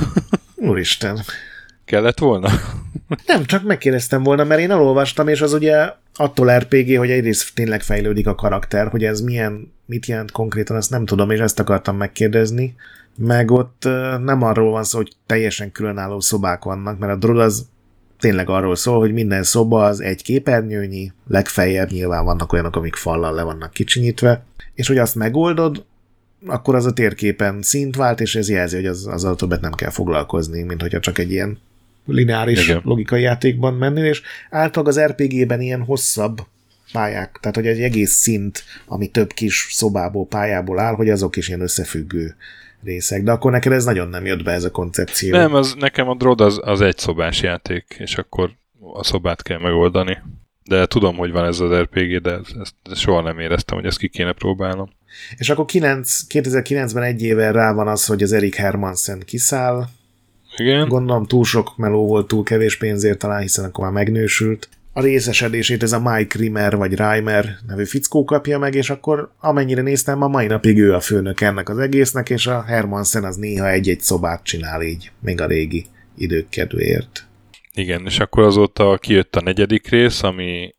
Speaker 2: Úristen.
Speaker 1: Kellett volna?
Speaker 2: Nem, csak megkérdeztem volna, mert én elolvastam, és az ugye attól RPG, hogy egyrészt tényleg fejlődik a karakter, hogy ez mit jelent konkrétan, ezt nem tudom, és ezt akartam megkérdezni. Meg ott nem arról van szó, hogy teljesen különálló szobák vannak, mert a Drod az tényleg arról szól, hogy minden szoba az egy képernyőnyi, legfeljebb nyilván vannak olyanok, amik fallal le vannak kicsinyítve, és hogy azt megoldod, akkor az a térképen szint vált, és ez jelzi, hogy azzal többet nem kell foglalkozni, mint hogyha csak egy ilyen lineáris logikai játékban mennél, és általában az RPG-ben ilyen hosszabb pályák, tehát hogy egy egész szint, ami több kis szobából, pályából áll, hogy azok is ilyen összefüggő részek. De akkor neked ez nagyon nem jött be, ez a koncepció.
Speaker 1: Nem, nekem a Drod az egy szobás játék, és akkor a szobát kell megoldani. De tudom, hogy van ez az RPG, de ezt soha nem éreztem, hogy ezt ki kéne próbálnom.
Speaker 2: És akkor 2009-ben egy évvel rá van az, hogy az Erik Hermansen kiszáll.
Speaker 1: Igen.
Speaker 2: Gondolom túl sok meló volt, túl kevés pénzért talán, hiszen akkor már megnősült. A részesedését ez a Mike Rimmer vagy Reimer nevű fickó kapja meg, és akkor amennyire néztem, a mai napig ő a főnök ennek az egésznek, és a Hermansen az néha egy-egy szobát csinál így, még a régi idők kedvéért.
Speaker 1: Igen, és akkor azóta kijött a negyedik rész, ami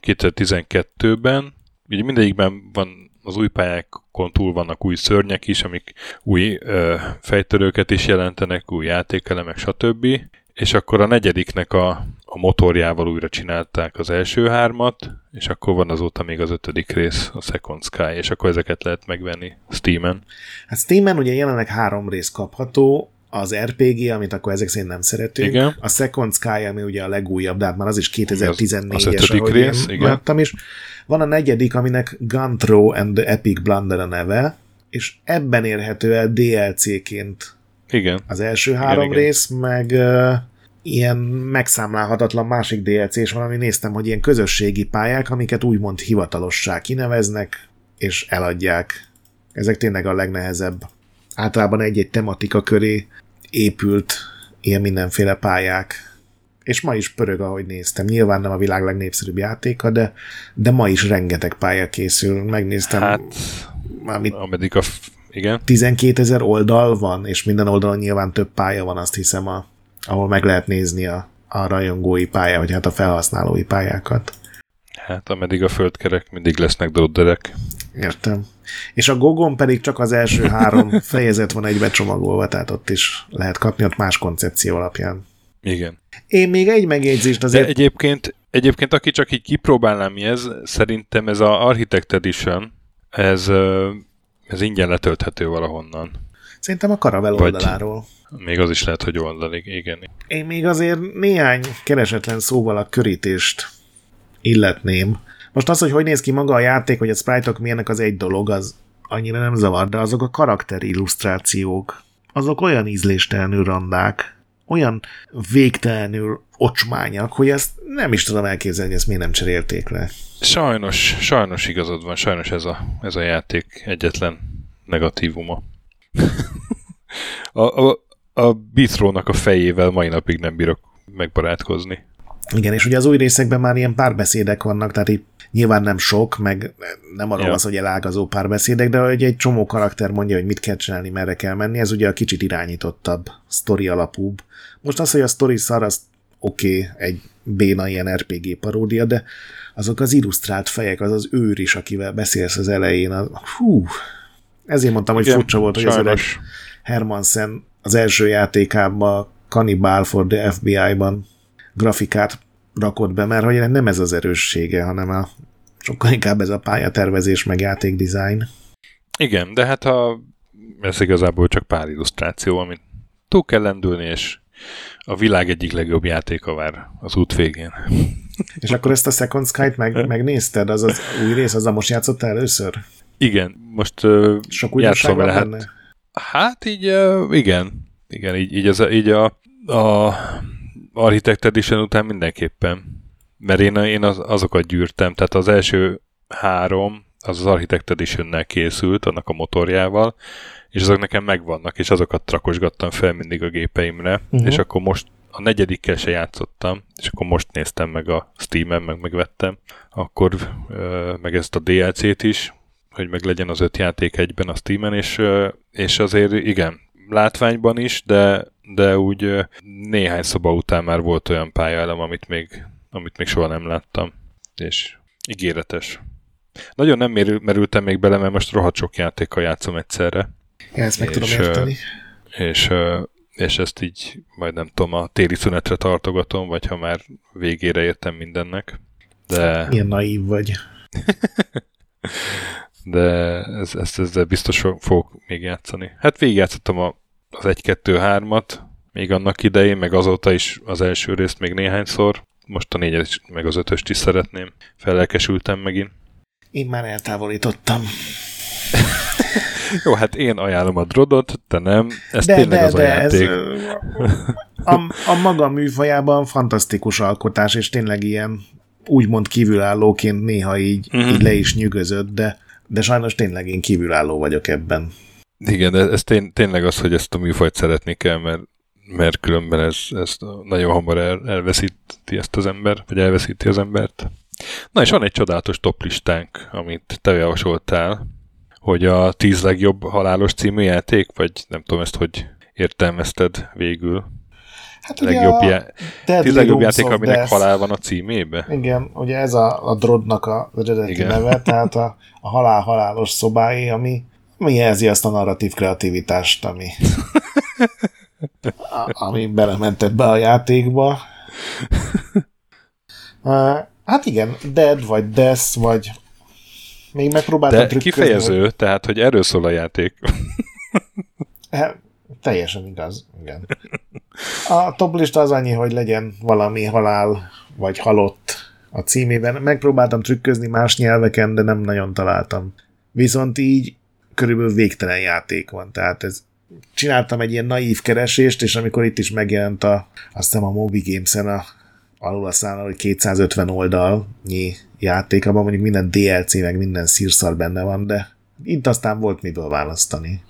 Speaker 1: 2012-ben. Ugye mindegyikben van az új pályákon túl vannak új szörnyek is, amik új fejtörőket is jelentenek, új játékelemek, stb. És akkor a negyediknek a motorjával újra csinálták az első hármat, és akkor van azóta még az ötödik rész, a Second Sky, és akkor ezeket lehet megvenni Steamen.
Speaker 2: Hát Steamen ugye jelenleg 3 rész kapható, az RPG, amit akkor ezek szerint nem szeretünk.
Speaker 1: Igen.
Speaker 2: A Second Sky, ami ugye a legújabb, de hát már az is 2014-es,
Speaker 1: az ötödik rész, igen.
Speaker 2: Láttam is. Van a negyedik, aminek Gunthrow and the Epic Blunder a neve, és ebben érhető el DLC-ként az első 3 rész, meg ilyen megszámlálhatatlan másik DLC-s van, ami néztem, hogy ilyen közösségi pályák, amiket úgymond hivatalossá kineveznek, és eladják. Ezek tényleg a legnehezebb. Általában egy-egy tematika köré épült ilyen mindenféle pályák. És ma is pörög, ahogy néztem. Nyilván nem a világ legnépszerűbb játéka, de ma is rengeteg pálya készül. Megnéztem,
Speaker 1: hát, ameddig igen.
Speaker 2: 12 000 oldal van, és minden oldalon nyilván több pálya van, azt hiszem, ahol meg lehet nézni a rajongói pálya, vagy hát a felhasználói pályákat.
Speaker 1: Hát ameddig a földkerek, mindig lesznek drodderek.
Speaker 2: Értem. És a Gogon pedig csak az első 3 fejezet van egybe csomagolva, tehát ott is lehet kapni, ott más koncepció alapján.
Speaker 1: Igen.
Speaker 2: Én még egy megjegyzést azért...
Speaker 1: De egyébként aki csak így kipróbálná mi ez, szerintem ez a Architect Edition, ez ingyen letölthető valahonnan.
Speaker 2: Szerintem a Karavel oldaláról.
Speaker 1: Még az is lehet, hogy oldalig, igen.
Speaker 2: Én még azért néhány keresetlen szóval a körítést illetném. Most az, hogy néz ki maga a játék, hogy a sprite-ok milyenek, az egy dolog, az annyira nem zavar, de azok a karakterillusztrációk, azok olyan ízléstelenül randák, olyan végtelenül ocsmányak, hogy ezt nem is tudom elképzelni, hogy ezt miért nem cserélték le.
Speaker 1: Sajnos igazad van, sajnos ez a játék egyetlen negatívuma. A Bithrónak a fejével mai napig nem bírok megbarátkozni.
Speaker 2: Igen, és ugye az új részekben már ilyen párbeszédek vannak, tehát itt nyilván nem sok, meg nem arról az, hogy elágazó párbeszédek, de hogy egy csomó karakter mondja, hogy mit kell csinálni, merre kell menni, ez ugye a kicsit irányítottabb, sztori alapúbb. Most az, hogy a sztori szar, az oké, egy béna ilyen RPG paródia, de azok az illusztrált fejek, az őr is, akivel beszélsz az elején, ezért mondtam, hogy furcsa volt, hogy az öreg Hermansen az első játékában Cannibal for the FBI-ban grafikát rakott be, mert hogy nem ez az erőssége, hanem sokkal inkább ez a pályatervezés meg játékdesign.
Speaker 1: Igen, de hát ez igazából csak pár illusztráció, amit túl kell lendülni, és a világ egyik legjobb játéka vár az út végén.
Speaker 2: És akkor ezt a Second Sky-t megnézted? Az új rész, azzal most játszottál először?
Speaker 1: Igen, most
Speaker 2: sok újdonság van benne?
Speaker 1: Hát így, igen. Igen, így a Architect Edition után mindenképpen. Mert én azokat gyűrtem, tehát az első 3 az Architect Edition-nel készült, annak a motorjával, és azok nekem megvannak, és azokat trakosgattam fel mindig a gépeimre, és akkor most a 4-dikkel se játszottam, és akkor most néztem meg a Steam-en, megvettem, akkor meg ezt a DLC-t is, hogy meg legyen az 5 játék egyben a Steam-en, és azért igen, látványban is, de úgy néhány szoba után már volt olyan pályaelem, amit még soha nem láttam, és ígéretes. Nagyon nem merültem még bele, mert most rohadt sok játékkal játszom egyszerre.
Speaker 2: Ja, ezt meg tudom érteni.
Speaker 1: És ezt így majd nem tudom, a téli szünetre tartogatom, vagy ha már végére értem mindennek. De...
Speaker 2: Milyen naív vagy.
Speaker 1: De ezzel biztos fogok még játszani. Hát végigjátszottam az 1-2-3-at még annak idején, meg azóta is az első részt még néhányszor. Most a 4-et meg az 5-öst is szeretném. Fellelkesültem megint. Én
Speaker 2: már eltávolítottam.
Speaker 1: Jó, hát én ajánlom a Drodot, te nem. Ez tényleg az a játék.
Speaker 2: A maga műfajában fantasztikus alkotás, és tényleg ilyen úgymond kívülállóként néha így le is nyűgözött, de sajnos tényleg én kívülálló vagyok ebben.
Speaker 1: Igen, de ez tényleg az, hogy ezt a műfajt szeretni kell, mert különben ez nagyon hamar elveszíti ezt az ember, vagy elveszíti az embert. Na és van egy csodálatos toplistánk, amit te javasoltál, hogy a 10 legjobb halálos című játék, vagy nem tudom ezt, hogy értelmezted végül.
Speaker 2: Hát ugye
Speaker 1: 10 legjobb játék, aminek Death. Halál van a címébe.
Speaker 2: Igen, ugye ez a Drodnak az eredeti neve, tehát a halál halálos szobái, ami jelzi azt a narratív kreativitást, ami belementett be a játékba. Hát igen, Dead, vagy Death, vagy még megpróbáltam trükközni.
Speaker 1: De kifejező, tehát, hogy erről szól a játék.
Speaker 2: Teljesen igaz, igen. A toplista az annyi, hogy legyen valami halál, vagy halott a címében. Megpróbáltam trükközni más nyelveken, de nem nagyon találtam. Viszont így körülbelül végtelen játék van, tehát csináltam egy ilyen naív keresést, és amikor itt is megjelent azt hiszem a Moby Games-en alul a szállal, hogy 250 oldalnyi játék, abban mondjuk minden DLC, meg minden szírszar benne van, de itt aztán volt miből választani.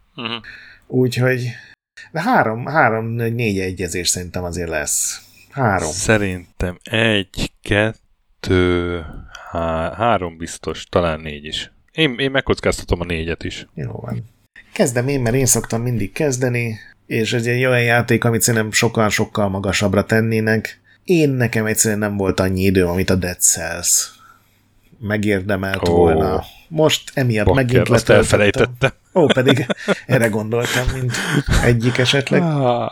Speaker 2: Úgyhogy de 3-4 egyezés szerintem azért lesz. 3.
Speaker 1: Szerintem 1, 2, 3 biztos, talán 4 is. Én megkockáztatom a 4-et is.
Speaker 2: Jó van. Kezdem én, mert én szoktam mindig kezdeni, és ez egy olyan játék, amit szerintem sokkal magasabbra tennének. Nekem egyszerűen nem volt annyi időm, amit a Dead Cells megérdemelt volna. Most emiatt megint letöltöttem.
Speaker 1: Elfelejtettem.
Speaker 2: Pedig erre gondoltam, mint egyik esetleg.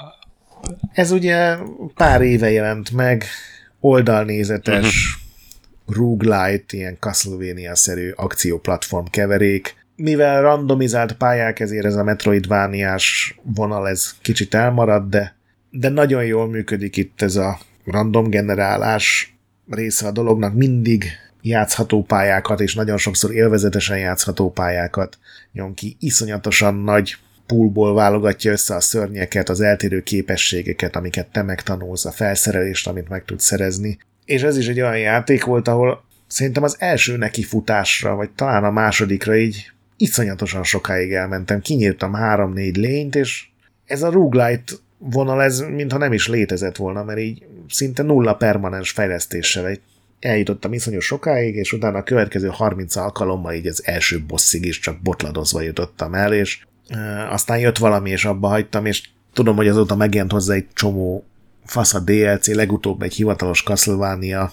Speaker 2: Ez ugye pár éve jelent meg, oldalnézetes, roguelite, ilyen Castlevania-szerű akcióplatform keverék. Mivel randomizált pályák, ezért ez a Metroidvániás vonal ez kicsit elmarad, de nagyon jól működik itt ez a random generálás része a dolognak, mindig játszható pályákat, és nagyon sokszor élvezetesen játszható pályákat nyom ki. Iszonyatosan nagy poolból válogatja össze a szörnyeket, az eltérő képességeket, amiket te megtanulsz, a felszerelést, amit meg tudsz szerezni. És ez is egy olyan játék volt, ahol szerintem az első nekifutásra, vagy talán a másodikra így iszonyatosan sokáig elmentem. Kinyírtam 3-4 lényt, és ez a roguelite vonal, ez mintha nem is létezett volna, mert így szinte nulla permanens fejlesztéssel eljutottam iszonyos sokáig, és utána a következő 30 alkalommal így az első bosszig is csak botladozva jutottam el, és aztán jött valami, és abba hagytam, és tudom, hogy azóta megjelent hozzá egy csomó fasz a DLC, legutóbb egy hivatalos Castlevania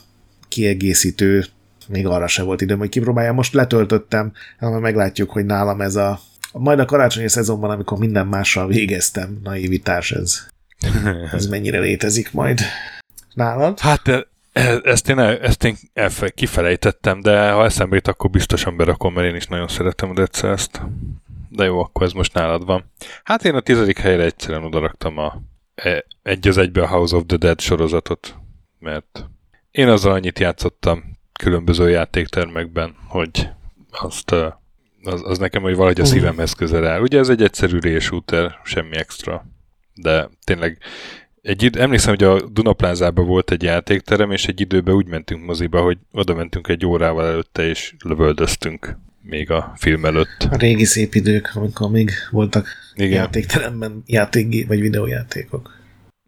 Speaker 2: kiegészítő, még arra se volt időm, hogy kipróbáljam. Most letöltöttem, mert meglátjuk, hogy nálam ez a Majd a karácsonyi szezonban, amikor minden mással végeztem, naivitás ez mennyire létezik majd. Nálad?
Speaker 1: Hát ezt én kifelejtettem, de ha eszembe jut, akkor biztosan berakom, mert én is nagyon szeretem a Dead Cells-t. De jó, akkor ez most nálad van. Hát én a 10. helyre egyszerűen odaraktam egy az egybe a House of the Dead sorozatot, mert én azzal annyit játszottam különböző játéktermekben, hogy az nekem, hogy valahogy a szívemhez közel áll. Ugye ez egy egyszerű rail shooter, semmi extra, de tényleg emlékszem, hogy a Dunaplázában volt egy játékterem, és egy időben úgy mentünk moziba, hogy oda mentünk egy órával előtte, és lövöldöztünk még a film előtt.
Speaker 2: A régi szép idők, amikor még voltak játékteremben vagy videójátékok.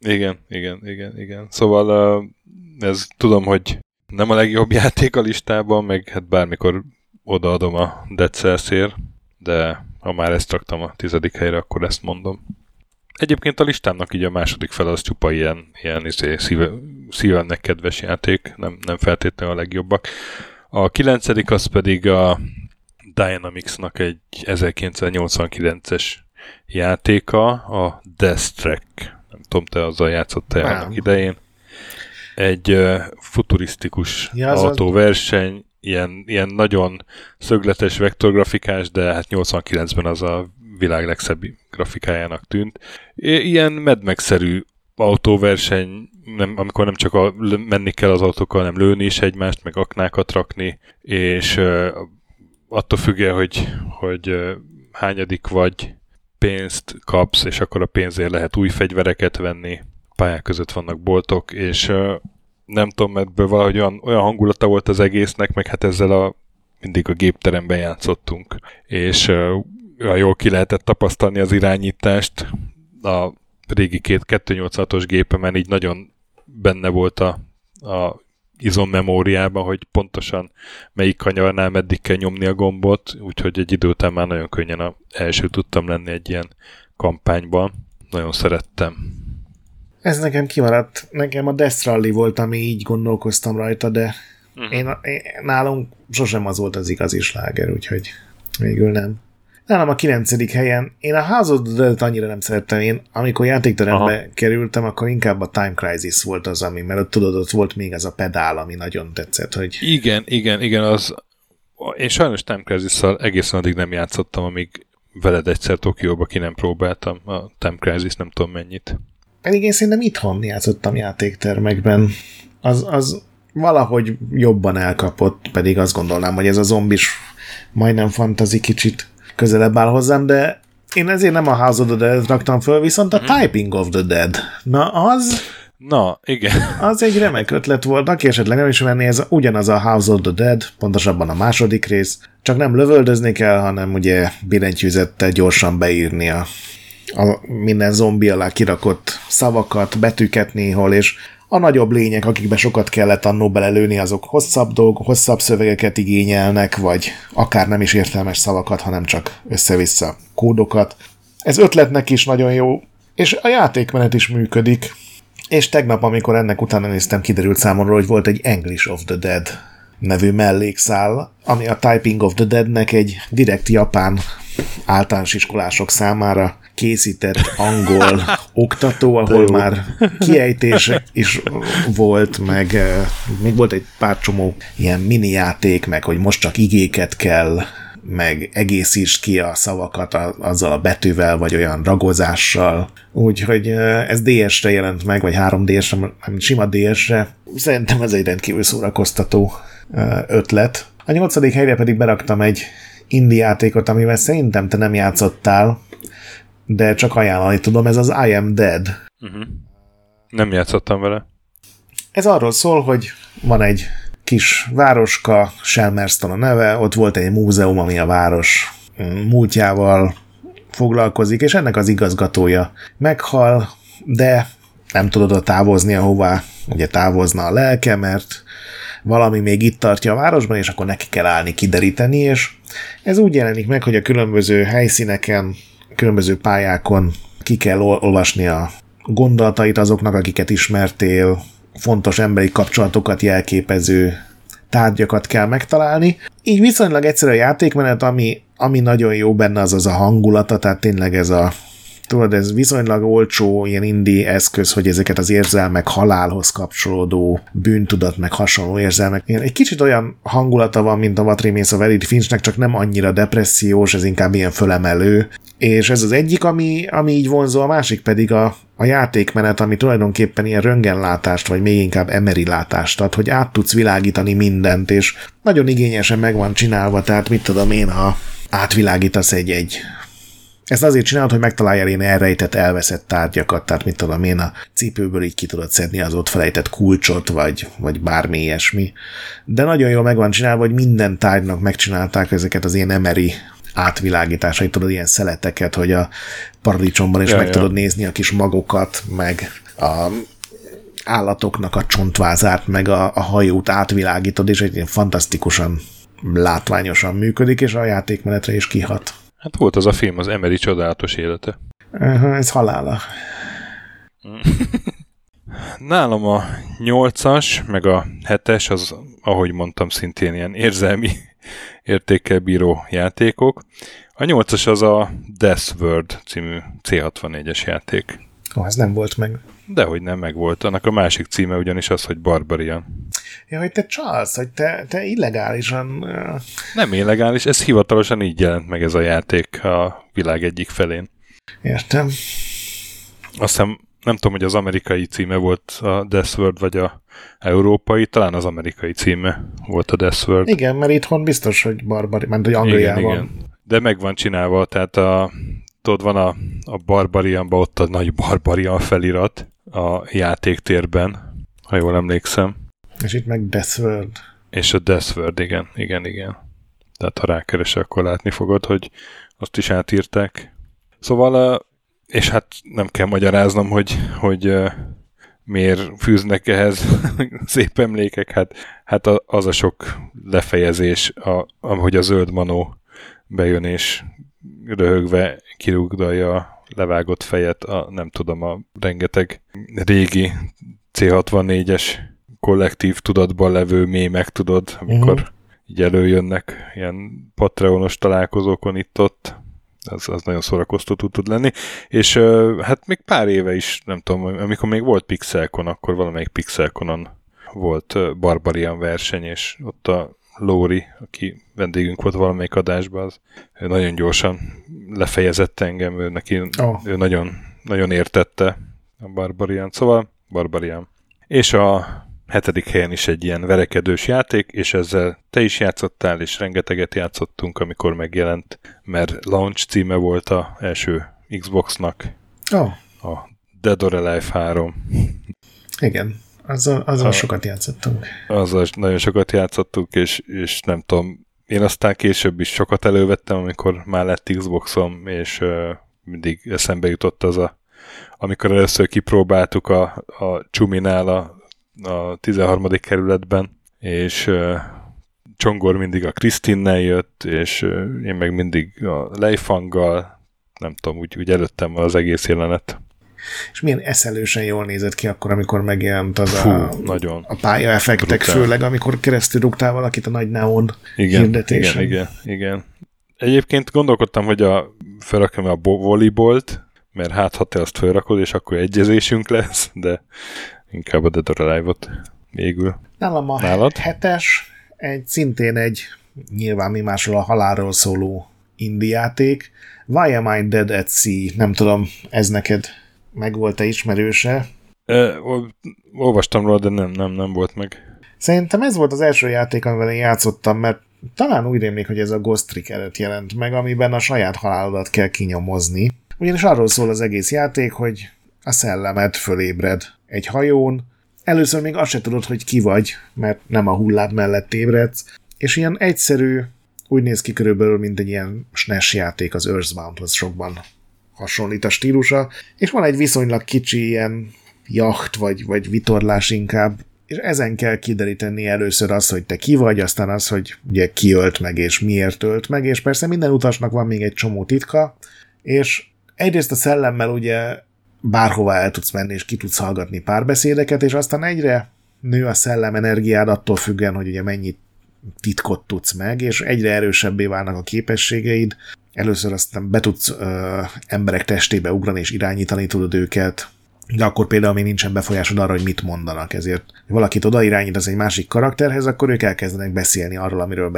Speaker 1: Igen. Szóval ez tudom, hogy nem a legjobb játék a listában, meg hát bármikor odaadom a Dead Cells-ért, de ha már ezt raktam a 10. helyre, akkor ezt mondom. Egyébként a listámnak így a második fel az csupa ilyen szívemnek kedves játék, nem feltétlenül a legjobbak. A 9. az pedig a Dynamics-nak egy 1989-es játéka, a Death Track. Nem tudom, te azzal játszottál annak idején. Egy futurisztikus autóverseny, ilyen nagyon szögletes vektorgrafikás, de hát 89-ben az a világ legszebb grafikájának tűnt. Ilyen Mad Max-szerű autóverseny, amikor nem csak menni kell az autókkal, hanem lőni is egymást, meg aknákat rakni, és attól függően, hogy hányadik vagy, pénzt kapsz, és akkor a pénzért lehet új fegyvereket venni, pályák között vannak boltok, és nem tudom, ebből valahogy olyan hangulata volt az egésznek, meg hát ezzel mindig a gépteremben játszottunk, és jól ki lehetett tapasztalni az irányítást. A régi 286-os gépemen így nagyon benne volt a izommemóriában, hogy pontosan melyik kanyarnál meddig kell nyomni a gombot, úgyhogy egy idő után már nagyon könnyen az első tudtam lenni egy ilyen kampányban. Nagyon szerettem.
Speaker 2: Ez nekem kimaradt. Nekem a Death Rally volt, ami így gondolkoztam rajta, de nálunk sosem az volt az igazi sláger, úgyhogy végül nem. Nálam a 9. helyen, én a House of the Dead annyira nem szerettem, én amikor játékterembe kerültem, akkor inkább a Time Crisis volt az, ami, mert tudod, ott volt még ez a pedál, ami nagyon tetszett, hogy...
Speaker 1: Igen, én sajnos Time Crisis-szal egészen addig nem játszottam, amíg veled egyszer Tokióba ki nem próbáltam a Time Crisis, nem tudom mennyit.
Speaker 2: Pedig én szerintem itthon játszottam játéktermekben. Az valahogy jobban elkapott, pedig azt gondolnám, hogy ez a zombis majdnem fantasy kicsit közelebb áll hozzám, de én ezért nem a House of the Dead raktam föl, viszont a Typing of the Dead. Na,
Speaker 1: igen.
Speaker 2: Az egy remek ötlet volt, aki esetleg nem is venni, ez ugyanaz a House of the Dead, pontosabban a második rész, csak nem lövöldözni kell, hanem ugye billentyűzettel gyorsan beírni a minden zombi alá kirakott szavakat, betűket néhol, és a nagyobb lények, akikbe sokat kellett annó belelőni, azok hosszabb szövegeket igényelnek, vagy akár nem is értelmes szavakat, hanem csak össze-vissza kódokat. Ez ötletnek is nagyon jó, és a játékmenet is működik. És tegnap, amikor ennek utána néztem, kiderült számomra, hogy volt egy English of the Dead nevű mellékszál, ami a Typing of the Deadnek egy direkt japán általános iskolások számára készített angol oktató, ahol már kiejtés is volt, meg még volt egy pár csomó ilyen mini játék, meg hogy most csak igéket kell, meg egészítsd ki a szavakat azzal a betűvel, vagy olyan ragozással. Úgyhogy ez DS-re jelent meg, vagy 3DS-re, sima DS-re. Szerintem ez egy rendkívül szórakoztató ötlet. A 8. helyre pedig beraktam egy indie játékot, amivel szerintem te nem játszottál, de csak ajánlani tudom, ez az I Am Dead.
Speaker 1: Nem játszottam vele.
Speaker 2: Ez arról szól, hogy van egy kis városka, Shelmerston a neve, ott volt egy múzeum, ami a város múltjával foglalkozik, és ennek az igazgatója meghal, de nem tudod oda távozni, ahová ugye távozna a lelke, mert valami még itt tartja a városban, és akkor neki kell állni, kideríteni, és ez úgy jelenik meg, hogy a különböző helyszíneken, különböző pályákon ki kell olvasni a gondolatait azoknak, akiket ismertél, fontos emberi kapcsolatokat jelképező tárgyakat kell megtalálni. Így viszonylag egyszerű a játékmenet, ami ami nagyon jó benne, az a hangulata, tehát tényleg ez viszonylag olcsó ilyen indie eszköz, hogy ezeket az érzelmek, halálhoz kapcsolódó bűntudat, meg hasonló érzelmek. Egy kicsit olyan hangulata van, mint a What Remains of Edith Finchnek, csak nem annyira depressziós, ez inkább ilyen fölemelő. És ez az egyik, ami így vonzó, a másik pedig a játékmenet, ami tulajdonképpen ilyen röntgenlátást, vagy még inkább emeri látást ad, hogy át tudsz világítani mindent, és nagyon igényesen meg van csinálva, tehát mit tudom én, ha átvilágítasz egy ezt azért csinálod, hogy megtaláljál ilyen elrejtett, elveszett tárgyakat, tehát mit tudom én, a cipőből így ki tudod szedni az ott felejtett kulcsot, vagy bármi ilyesmi. De nagyon jól meg van csinálva, hogy minden tárgynak megcsinálták ezeket az ilyen emeri átvilágításait, tudod, ilyen szeleteket, hogy a paradicsomban is tudod nézni a kis magokat, meg a állatoknak a csontvázát, meg a hajót átvilágítod, és egy ilyen fantasztikusan látványosan működik, és a játékmenetre is kihat.
Speaker 1: Hát volt az a film, az Emery csodálatos élete.
Speaker 2: Ez halála.
Speaker 1: Nálam a 8-as, meg a 7-es, az, ahogy mondtam, szintén ilyen érzelmi értékkel bíró játékok. A 8-as az a Death World című C64-es játék.
Speaker 2: Ez nem volt meg.
Speaker 1: Dehogy nem megvolt. Annak a másik címe ugyanis az, hogy Barbarian.
Speaker 2: Ja, hogy te csalsz, hogy te illegálisan...
Speaker 1: Nem illegális, ez hivatalosan így jelent meg ez a játék a világ egyik felén.
Speaker 2: Értem.
Speaker 1: Azt hiszem, nem tudom, hogy az amerikai címe volt a Death World, vagy a európai, talán az amerikai címe volt a Death World.
Speaker 2: Igen, mert itthon biztos, hogy Barbarian, hogy Angliában.
Speaker 1: Igen. De meg van csinálva, tehát tudod, van a Barbarianban ott a nagy Barbarian felirat a játéktérben, ha jól emlékszem.
Speaker 2: És itt meg Death World.
Speaker 1: És a Death World, igen. Tehát ha rákeresel, akkor látni fogod, hogy azt is átírták. Szóval, és hát nem kell magyaráznom, hogy miért fűznek ehhez szép emlékek, hát az a sok lefejezés, ahogy a zöld manó bejön és röhögve kirúgdalja a levágott fejet, nem tudom, a rengeteg régi C64-es kollektív tudatban levő mémek, tudod, amikor így előjönnek ilyen Patreonos találkozókon itt-ott, az nagyon szórakoztató tud lenni, és hát még pár éve is, nem tudom, amikor még volt Pixelcon, akkor valamelyik Pixelconon volt Barbarian verseny, és ott a Lóri, aki vendégünk volt valamelyik adásban, az nagyon gyorsan lefejezett engem, ő nagyon, nagyon értette a Barbarian, szóval Barbarian. És a 7. helyen is egy ilyen verekedős játék, és ezzel te is játszottál, és rengeteget játszottunk, amikor megjelent, mert launch címe volt az első Xboxnak. A Dead or Alive 3.
Speaker 2: Igen, azzal sokat játszottunk.
Speaker 1: Azzal nagyon sokat játszottunk, és nem tudom, én aztán később is sokat elővettem, amikor már lett Xboxom, és mindig eszembe jutott amikor először kipróbáltuk a Csuminál a 13. kerületben, és Csongor mindig a Krisztinnel jött, és én meg mindig a Leifanggal, nem tudom, úgy előttem van az egész jelenet.
Speaker 2: És milyen eszelősen jól nézett ki akkor, amikor megjelent az
Speaker 1: nagyon
Speaker 2: a pályaeffektek, főleg amikor keresztül rúgtál valakit a nagy neon hirdetésen.
Speaker 1: Igen. Egyébként gondolkodtam, hogy felrakom a volleyballt, mert ha te azt felrakod, és akkor egyezésünk lesz, de inkább a Dead or Alive-ot végül.
Speaker 2: Nálam a 7-es, szintén egy nyilván mi másról a halálról szóló indie játék. Why Am I Dead at Sea? Nem tudom, ez neked meg volt-e ismerőse?
Speaker 1: Olvastam róla, de nem volt meg.
Speaker 2: Szerintem ez volt az első játék, amivel én játszottam, mert talán úgy rémlik, hogy ez a Ghost Trick előtt jelent meg, amiben a saját halálodat kell kinyomozni. Ugyanis arról szól az egész játék, hogy a szellemed fölébred egy hajón. Először még azt se tudod, hogy ki vagy, mert nem a hullád mellett ébredsz, és ilyen egyszerű, úgy néz ki körülbelül, mint egy ilyen SNES játék, az Earthboundhoz sokban hasonlít a stílusa, és van egy viszonylag kicsi ilyen jacht, vagy vitorlás inkább, és ezen kell kideríteni először azt, hogy te ki vagy, aztán az, hogy ugye ki ölt meg, és miért ölt meg, és persze minden utasnak van még egy csomó titka, és egyrészt a szellemmel ugye bárhova el tudsz menni, és ki tudsz hallgatni párbeszédeket, és aztán egyre nő a szellem energiád attól függően, hogy ugye mennyit titkot tudsz meg, és egyre erősebbé válnak a képességeid. Először aztán be tudsz emberek testébe ugrani, és irányítani tudod őket, de akkor például még nincsen befolyásod arra, hogy mit mondanak, ezért valakit oda irányítasz egy másik karakterhez, akkor ők elkezdenek beszélni arról, amiről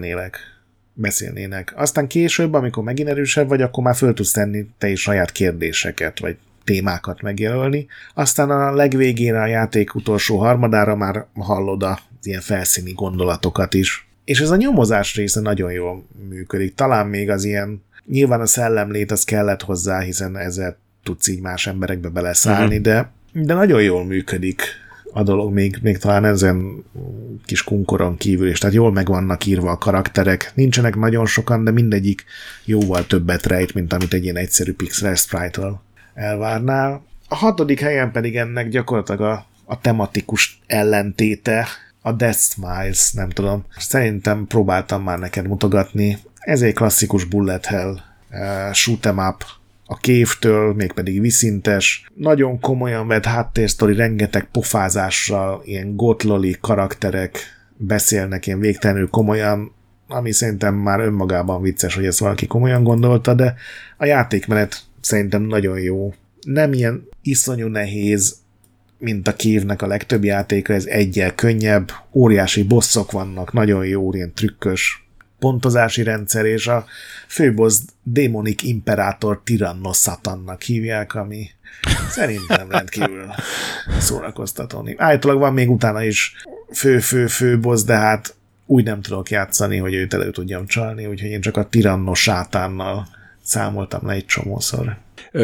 Speaker 2: beszélnének. Aztán később, amikor megint erősebb vagy, akkor már föl tudsz tenni te is saját kérdéseket, vagy témákat megjelölni. Aztán a legvégén a játék utolsó harmadára már hallod az ilyen felszíni gondolatokat is. És ez a nyomozás része nagyon jól működik. Talán még az ilyen, nyilván a szellemlét az kellett hozzá, hiszen ezzel tudsz így más emberekbe beleszállni, de nagyon jól működik a dolog, még talán ezen kis kunkoron kívül is. Tehát jól meg vannak írva a karakterek. Nincsenek nagyon sokan, de mindegyik jóval többet rejt, mint amit egy ilyen egyszerű pixel sprite-től elvárnál. A 6. helyen pedig ennek gyakorlatilag a tematikus ellentéte, a Death Smiles, nem tudom. Szerintem próbáltam már neked mutogatni. Ez egy klasszikus bullet hell shoot'em up, a Cave-től, mégpedig viszintes, nagyon komolyan vett háttérsztori, rengeteg pofázással, ilyen gotloli karakterek beszélnek ilyen végtelenül komolyan, ami szerintem már önmagában vicces, hogy ezt valaki komolyan gondolta, de a játékmenet szerintem nagyon jó. Nem ilyen iszonyú nehéz, mint a Cave-nek a legtöbb játéka, ez egyel könnyebb, óriási bosszok vannak, nagyon jó, ilyen trükkös pontozási rendszer, és a főbossz Démonik Imperátor Tyrannos Satannak hívják, ami szerintem rendkívül szórakoztató. Állítólag van még utána is főbossz, de hát úgy nem tudok játszani, hogy őt elő tudjam csalni, úgyhogy én csak a Tyrannos Sátánnal számoltam le egy csomószor.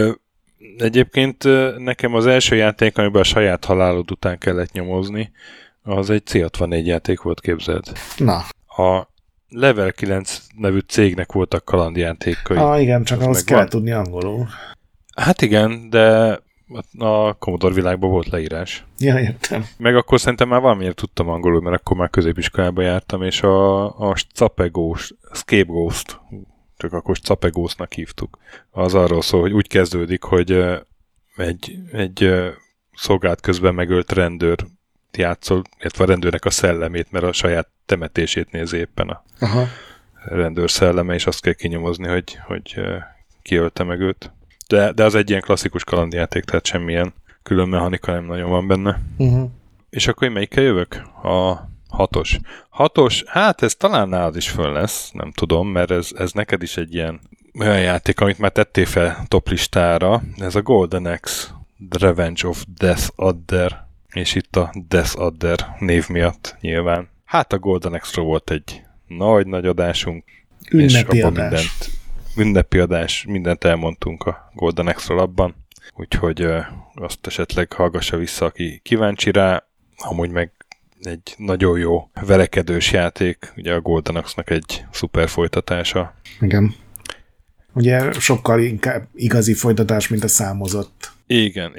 Speaker 1: Egyébként nekem az első játék, amiben a saját halálod után kellett nyomozni, az egy C64 játék volt, képzeld.
Speaker 2: Na.
Speaker 1: A Level 9 nevű cégnek voltak kalandjátékai.
Speaker 2: Igen, csak ahhoz kell tudni angolul.
Speaker 1: Hát igen, de a Commodore világban volt leírás.
Speaker 2: Ja, értem.
Speaker 1: Meg akkor szerintem már valamiért tudtam angolul, mert akkor már középiskolába jártam, és a Escape Ghost, csak akkor Escape Ghostnak hívtuk. Az arról szól, hogy úgy kezdődik, hogy egy szolgált közben megölt rendőr játszol, illetve a rendőrnek a szellemét, mert a saját temetését nézi éppen a rendőr szelleme, és azt kell kinyomozni, hogy ki ölte meg őt. De az egy ilyen klasszikus kalandjáték, tehát semmilyen külön mechanika nem nagyon van benne. És akkor én melyikkel jövök? A 6-os. 6-os, hát ez talán nálad is föl lesz, nem tudom, mert ez neked is egy ilyen olyan játék, amit már tettél fel top listára. Ez a Golden Axe, The Revenge of Death Adder, és itt a Death Adder név miatt nyilván. Hát a Golden Axe-ról volt egy nagy adásunk.
Speaker 2: Ünnepi adás.
Speaker 1: Ünnepi adás, mindent elmondtunk a Golden Axe-ról abban, úgyhogy azt esetleg hallgassa vissza, aki kíváncsi rá. Amúgy meg egy nagyon jó verekedős játék, ugye a Golden Axe-nak egy szuper folytatása.
Speaker 2: Igen. Ugye sokkal inkább igazi folytatás, mint a számozott.
Speaker 1: Igen.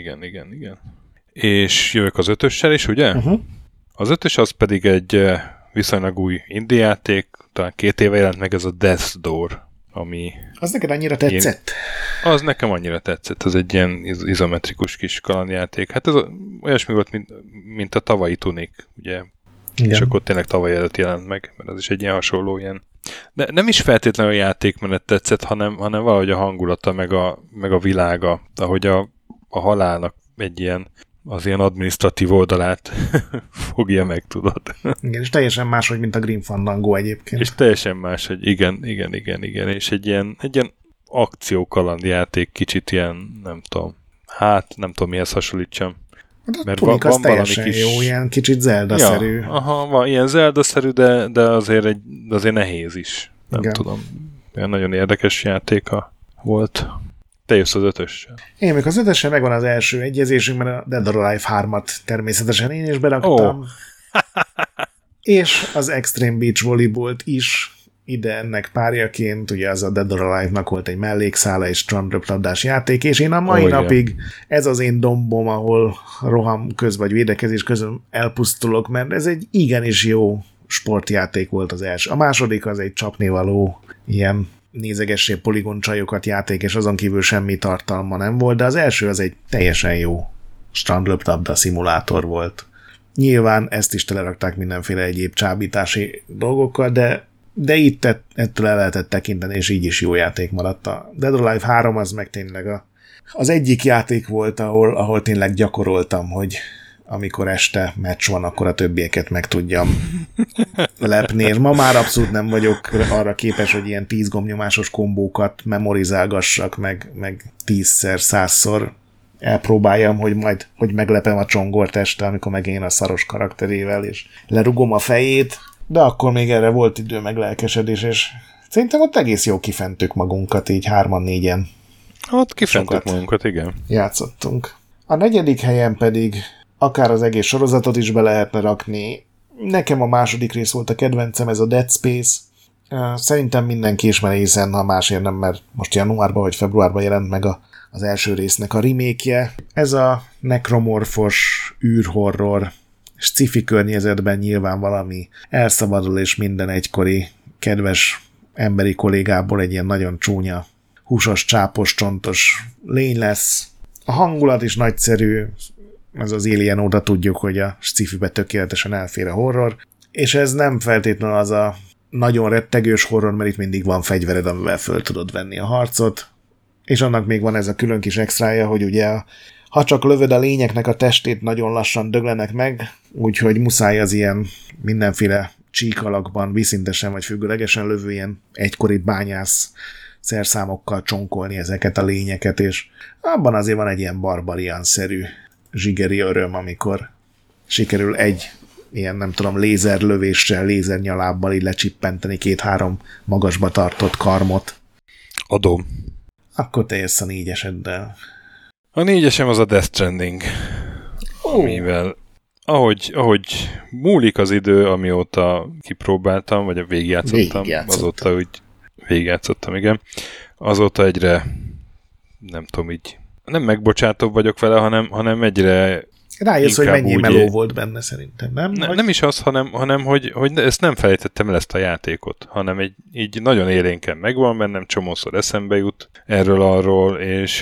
Speaker 1: És jövök az 5-össel is, ugye? Az 5-ös az pedig egy viszonylag új indie játék, talán 2 éve jelent meg, ez a Death's Door, ami...
Speaker 2: Az neked annyira tetszett?
Speaker 1: Az nekem annyira tetszett, az egy ilyen izometrikus kis kalandjáték. Hát ez olyasmi volt, mint a tavalyi Tunic, ugye? Igen. És akkor tényleg tavaly előtt jelent meg, mert az is egy ilyen hasonló ilyen. De nem is feltétlenül a játékmenet tetszett, hanem valahogy a hangulata, meg a világa, ahogy a halálnak egy ilyen az ilyen adminisztratív oldalát fogja meg, tudod.
Speaker 2: Igen, és teljesen máshogy, mint a Grim Fandango egyébként.
Speaker 1: És teljesen máshogy, igen. És egy ilyen akciókalandjáték, kicsit ilyen, nem tudom mihez hasonlítsam.
Speaker 2: De mert Tunic az teljesen kis... jó, ilyen kicsit Zelda-szerű.
Speaker 1: Ja, van ilyen Zelda-szerű, de azért nehéz is. Nem tudom. Olyan nagyon érdekes játéka volt. Te jössz az 5-össel.
Speaker 2: Én még az 5-össel megvan az első egyezésünk, mert a Dead or Alive 3-at természetesen én is beraktam. És az Extreme Beach Volleyballt is ide ennek párjaként, ugye az a Dead or Alive-nak volt egy mellékszála és strandröplabdás játék, és én a mai napig ez az én dombom, ahol roham vagy védekezés közben elpusztulok, mert ez egy igenis jó sportjáték volt az első. A második az egy csapnivaló ilyen nézegessé poligoncsajokat játék, és azon kívül semmi tartalma nem volt, de az első az egy teljesen jó strandlöplabda szimulátor volt. Nyilván ezt is telerakták mindenféle egyéb csábítási dolgokkal, de itt ettől el lehetett tekinteni, és így is jó játék maradt. A Dead or Alive 3 az meg tényleg az egyik játék volt, ahol tényleg gyakoroltam, hogy amikor este meccs van, akkor a többieket meg tudjam lepni, és ma már abszolút nem vagyok arra képes, hogy ilyen 10 gombnyomásos kombókat memorizálgassak, meg 10-szer, 100-szor elpróbáljam, hogy meglepem a csongort este, amikor meg én a szaros karakterével, és lerugom a fejét, de akkor még erre volt idő, meg lelkesedés, és szerintem ott egész jó kifentük magunkat, így 3-4-en.
Speaker 1: Ott kifentük magunkat, igen.
Speaker 2: Játszottunk. A 4. helyen pedig akár az egész sorozatot is be lehetne rakni. Nekem a második rész volt a kedvencem, ez a Dead Space. Szerintem mindenki ismeri, hiszen ha másért nem, mert most januárban vagy februárban jelent meg az első résznek a remake-je. Ez a nekromorfos űrhorror, sci-fi környezetben nyilván valami elszabadul, és minden egykori kedves emberi kollégából egy ilyen nagyon csúnya, húsos, csápos, csontos lény lesz. A hangulat is nagyszerű, ez az Alien óta tudjuk, hogy a sci-fibe tökéletesen elfér a horror, és ez nem feltétlenül az a nagyon rettegős horror, mert itt mindig van fegyvered, amivel föl tudod venni a harcot, és annak még van ez a külön kis extrája, hogy ugye ha csak lövöd a lényeknek a testét, nagyon lassan döglenek meg, úgyhogy muszáj az ilyen mindenféle csík alakban, vízszintesen vagy függőlegesen lövő ilyen egykori bányász szerszámokkal csonkolni ezeket a lényeket, és abban azért van egy ilyen barbarian-szerű zsigeri öröm, amikor sikerül egy ilyen, nem tudom, lézerlövéssel, lézernyalábbal így lecsippenteni 2-3 magasba tartott karmot.
Speaker 1: Adom.
Speaker 2: Akkor te jössz a 4-eseddel.
Speaker 1: A 4-esem az a Death Stranding, amivel ahogy múlik az idő, amióta kipróbáltam, vagy végigjátszottam, azóta úgy végigjátszottam, igen. Azóta egyre, nem tudom, így nem megbocsátóbb vagyok vele, hanem egyre
Speaker 2: rájössz, hogy mennyi meló volt benne szerintem, nem?
Speaker 1: Nem is az, hanem hogy ezt nem felejtettem el, ezt a játékot, hanem így nagyon élénken megvan bennem, csomószor eszembe jut erről-arról,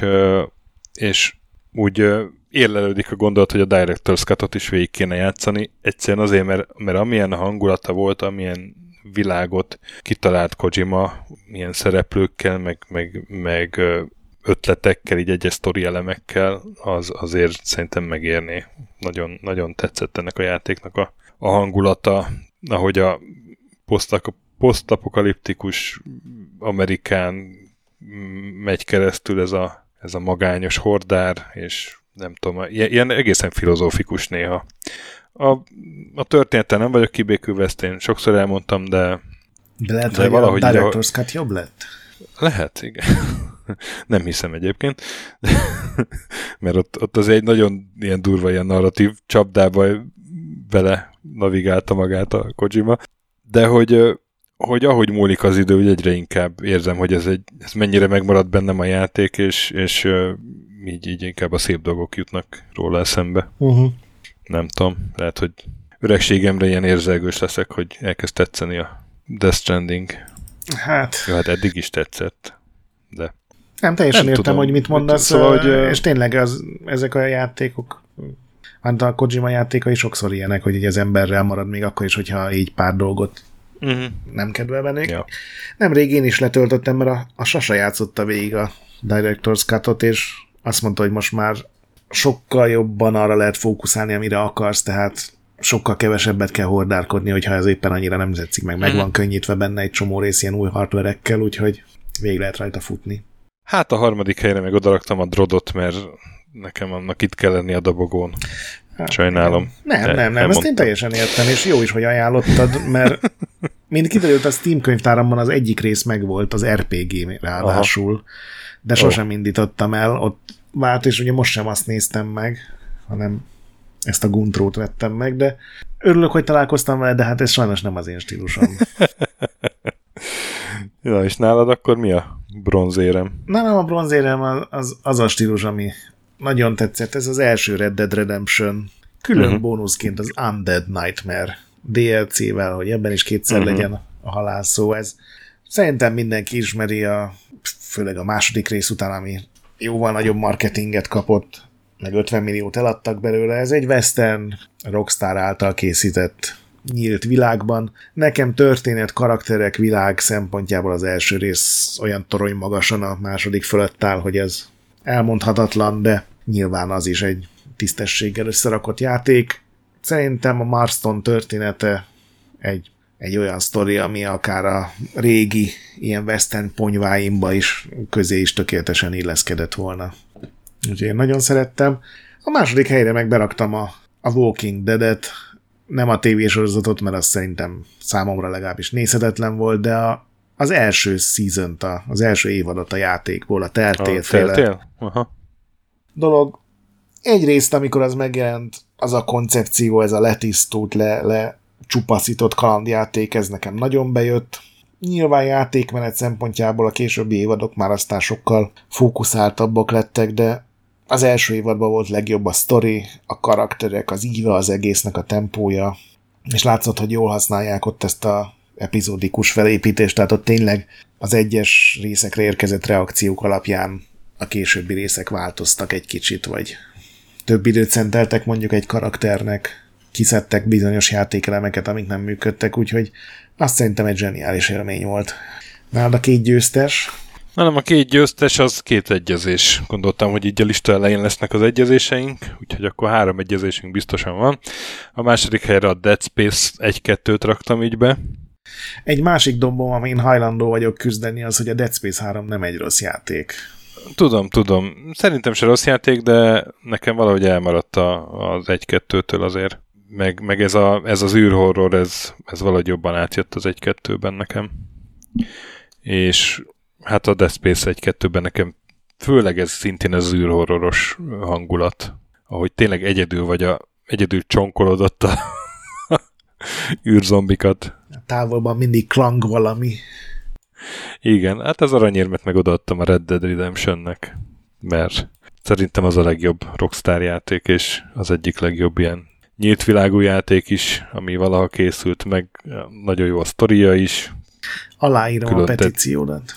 Speaker 1: és úgy érlelődik a gondolat, hogy a Director's Cut-ot is végig kéne játszani, egyszerűen azért, mert amilyen a hangulata volt, amilyen világot kitalált Kojima, milyen szereplőkkel, meg ötletekkel, így egyes sztori elemekkel, az azért szerintem megérné. Nagyon, nagyon tetszett ennek a játéknak a hangulata, ahogy a posztapokaliptikus Amerikán megy keresztül ez a magányos hordár, és nem tudom, ilyen egészen filozófikus néha. A történettel nem vagyok kibékülve, ezt én sokszor elmondtam, de
Speaker 2: lehet, hogy valahogy a Director's Cut jobb lett?
Speaker 1: Lehet, igen. Nem hiszem egyébként, mert ott az egy nagyon ilyen durva, ilyen narratív csapdába vele navigálta magát a Kojima, de hogy ahogy múlik az idő, úgy egyre inkább érzem, hogy ez mennyire megmaradt bennem a játék, és így inkább a szép dolgok jutnak róla eszembe. Nem tudom, lehet, hogy öregségemre ilyen érzelgős leszek, hogy elkezd tetszeni a Death Stranding. Hát eddig is tetszett, de
Speaker 2: nem teljesen értem, tudom, hogy mit mondasz, szóval, és tényleg ezek a játékok, hát a Kojima játékai sokszor ilyenek, hogy így az emberrel marad még akkor is, hogyha így pár dolgot nem kedvel bennék. Ja. Nemrég én is letöltöttem, mert a Sasa játszotta végig a Director's Cut-ot, és azt mondta, hogy most már sokkal jobban arra lehet fókuszálni, amire akarsz, tehát sokkal kevesebbet kell hordárkodni, hogyha ez éppen annyira nem tetszik meg. Meg van könnyítve benne egy csomó rész ilyen új hardverekkel, úgyhogy végig lehet rajta futni.
Speaker 1: Hát a 3. helyre meg odaraktam a Drodot, mert nekem annak itt kell lenni a dobogón. Sajnálom.
Speaker 2: Nem, ezt én teljesen értem, és jó is, hogy ajánlottad, mert mint kiderült, a Steam könyvtáramban az egyik rész megvolt, az RPG ráadásul, de sosem indítottam el, ott vált, és ugye most sem azt néztem meg, hanem ezt a Guntrót vettem meg, de örülök, hogy találkoztam vele, de hát ez sajnos nem az én stílusom.
Speaker 1: Ja, és nálad akkor mi a bronzérem?
Speaker 2: Nem, a bronzérem az a stílus, ami nagyon tetszett. Ez az első Red Dead Redemption. Külön bónuszként az Undead Nightmare DLC-vel, hogy ebben is kétszer legyen a halálszó. Ez szerintem mindenki ismeri, főleg a második rész után, ami jóval nagyobb marketinget kapott. meg 50 milliót eladtak belőle. Ez egy western Rockstar által készített nyílt világban. Nekem történet, karakterek, világ szempontjából az első rész olyan torony magasan a második fölött áll, hogy ez elmondhatatlan, de nyilván az is egy tisztességgel összerakott játék. Szerintem a Marston története egy olyan sztori, ami akár a régi ilyen western ponyváimba is közé is tökéletesen illeszkedett volna. Úgyhogy én nagyon szerettem. A második helyre meg beraktam a Walking Dead-et, nem a tévésorozatot, mert az szerintem számomra legalábbis nézhetetlen volt, de az első season-t, az első évadot a játékból, a Telltale-féle dolog. Egyrészt, amikor az megjelent, az a koncepció, ez a letisztult, lecsupaszított kalandjáték, ez nekem nagyon bejött. Nyilván játékmenet szempontjából a későbbi évadok már aztán sokkal fókuszáltabbak lettek, de az első évadban volt legjobb a sztori, a karakterek, az íve az egésznek, a tempója, és látszott, hogy jól használják ott ezt a epizódikus felépítést, tehát ott tényleg az egyes részekre érkezett reakciók alapján a későbbi részek változtak egy kicsit, vagy több időt szenteltek mondjuk egy karakternek, kiszedtek bizonyos játékelemeket, amik nem működtek, úgyhogy azt szerintem egy zseniális élmény volt. Nálad a 2 győztes?
Speaker 1: Nem, a 2 győztes az 2 egyezés. Gondoltam, hogy így a lista elején lesznek az egyezéseink, úgyhogy akkor 3 egyezésünk biztosan van. A második helyre a Dead Space 1-2-t raktam így be.
Speaker 2: Egy másik dombom, amin hajlandó vagyok küzdeni, az, hogy a Dead Space 3 nem egy rossz játék.
Speaker 1: Tudom. Szerintem se rossz játék, de nekem valahogy elmaradt az 1-2-től azért. Meg ez az űrhorror, ez valahogy jobban átjött az 1-2-ben nekem. És hát a Dead Space 1-2-ben nekem főleg ez szintén az űrhorroros hangulat, ahogy tényleg egyedül csonkolodott a űrzombikat.
Speaker 2: A távolban mindig klang valami.
Speaker 1: Igen, hát az aranyérmet meg odaadtam a Red Dead Redemptionnek, mert szerintem az a legjobb Rockstar játék, és az egyik legjobb ilyen nyílt világú játék is, ami valaha készült, meg nagyon jó a sztoria is.
Speaker 2: Aláírom a petíciódat.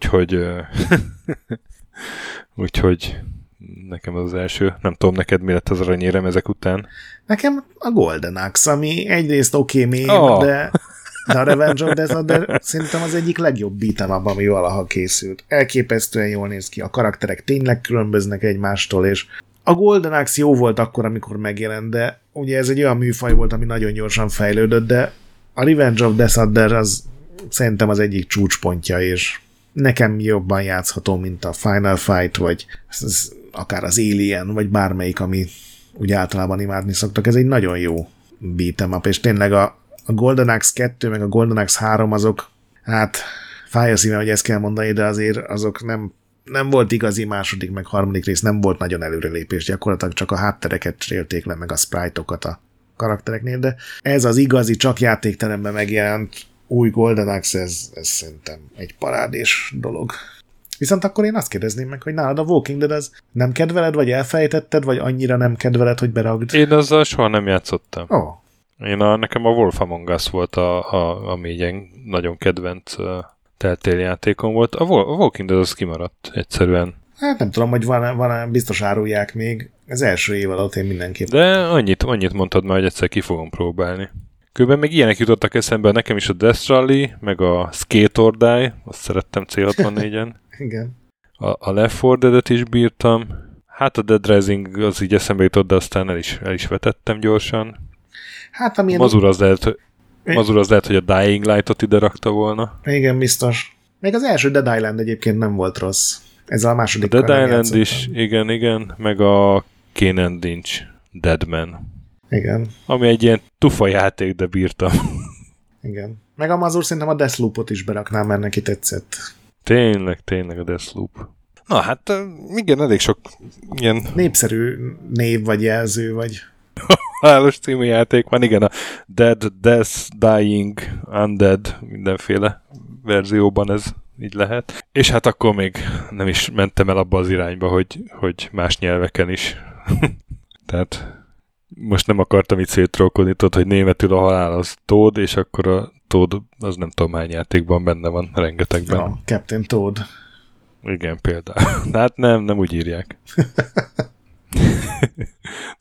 Speaker 1: Úgyhogy nekem az első. Nem tudom, neked mi lett az aranyérem ezek után?
Speaker 2: Nekem a Golden Axe, ami egyrészt mély, de a Revenge of the Dead szerintem az egyik legjobb beat'em up, ami valaha készült. Elképesztően jól néz ki, a karakterek tényleg különböznek egymástól, és a Golden Axe jó volt akkor, amikor megjelent, de ugye ez egy olyan műfaj volt, ami nagyon gyorsan fejlődött, de a Revenge of the Dead az szerintem az egyik csúcspontja, és nekem jobban játszható, mint a Final Fight, vagy akár az Alien, vagy bármelyik, ami úgy általában imádni szoktak. Ez egy nagyon jó beat'em up, és tényleg a Golden Axe 2, meg a Golden Axe 3 azok, hát fáj a szívem, hogy ezt kell mondani, de azért azok nem volt igazi második, meg harmadik rész, nem volt nagyon előrelépés, gyakorlatilag csak a háttereket cserélték le, meg a sprite-okat a karaktereknél, de ez az igazi, csak játékteremben megjelent új Golden Axe, ez szerintem egy parádés dolog. Viszont akkor én azt kérdezném meg, hogy nálad a Walking Dead az nem kedveled, vagy elfelejtetted, vagy annyira nem kedveled, hogy beragd?
Speaker 1: Én azzal soha nem játszottam.
Speaker 2: Oh.
Speaker 1: Nekem a Wolf Among Us volt ami egy nagyon kedvenc Telltale játékom volt. A Walking Dead az kimaradt egyszerűen.
Speaker 2: Hát nem tudom, hogy van biztos árulják még. Az első év alatt én mindenképp.
Speaker 1: De annyit mondtad már, hogy egyszer ki fogom próbálni. Különben még ilyenek jutottak eszembe, nekem is a Death Rally, meg a Skate or Die, azt szerettem C64-en.
Speaker 2: Igen.
Speaker 1: A Left 4 Dead-et is bírtam. Hát a Dead Rising az így eszembe jutott, de aztán el is vetettem gyorsan.
Speaker 2: Hát amilyen...
Speaker 1: Mazur az lehet, hogy a Dying Light-ot ide rakta volna.
Speaker 2: Igen, biztos. Még az első Dead Island egyébként nem volt rossz. Ez a második.
Speaker 1: A Dead Island is, igen, meg a Kane and Lynch Deadman.
Speaker 2: Igen.
Speaker 1: Ami egy ilyen tufa játék, de bírtam.
Speaker 2: Igen. Meg a Mazur szerintem a Deathloopot is beraknám, mert neki tetszett.
Speaker 1: Tényleg a Deathloop. Na hát igen, elég sok ilyen...
Speaker 2: Népszerű név vagy jelző vagy...
Speaker 1: Halálos című játék van, igen, a Dead, Death, Dying, Undead, mindenféle verzióban ez így lehet. És hát akkor még nem is mentem el abba az irányba, hogy más nyelveken is. Tehát most nem akartam itt szétrolkodni, tudod, hogy németül a halál az Toad, és akkor a Toad az nem tudom hány játékban benne van, rengetegben.
Speaker 2: Ja, Captain Toad.
Speaker 1: Igen, például. Hát nem úgy írják.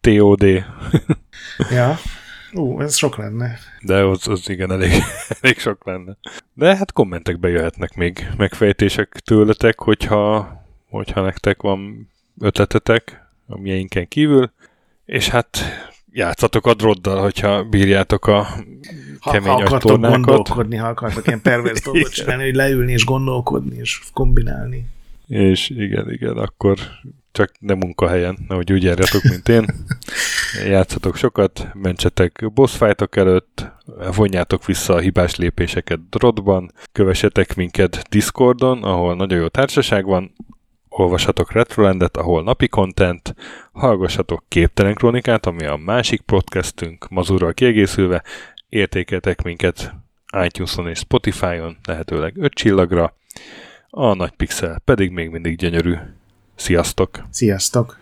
Speaker 1: TOD.
Speaker 2: Ja. Ez sok lenne.
Speaker 1: De az igen, elég sok lenne. De hát kommentekbe jöhetnek még megfejtések tőletek, hogyha nektek van ötletetek a mieinken kívül, és hát játszatok a droddal, hogyha bírjátok a kemény
Speaker 2: ha akartok
Speaker 1: tornákat.
Speaker 2: Gondolkodni, ha akartok ilyen pervers dolgot csinálni, hogy leülni és gondolkodni és kombinálni.
Speaker 1: És igen, akkor csak ne munkahelyen, nehogy úgy járjatok, mint én. Játszatok sokat, mentsetek boss fightok előtt, vonjátok vissza a hibás lépéseket droddban, kövessetek minket Discordon, ahol nagyon jó társaság van, olvashatok Retrolandet, ahol napi content, hallgassatok Képtelen Krónikát, ami a másik podcastünk, Mazurral kiegészülve, értékeltek minket iTunes-on és Spotify-on, lehetőleg 5 csillagra, a Nagy Pixel pedig még mindig gyönyörű. Sziasztok!
Speaker 2: Sziasztok!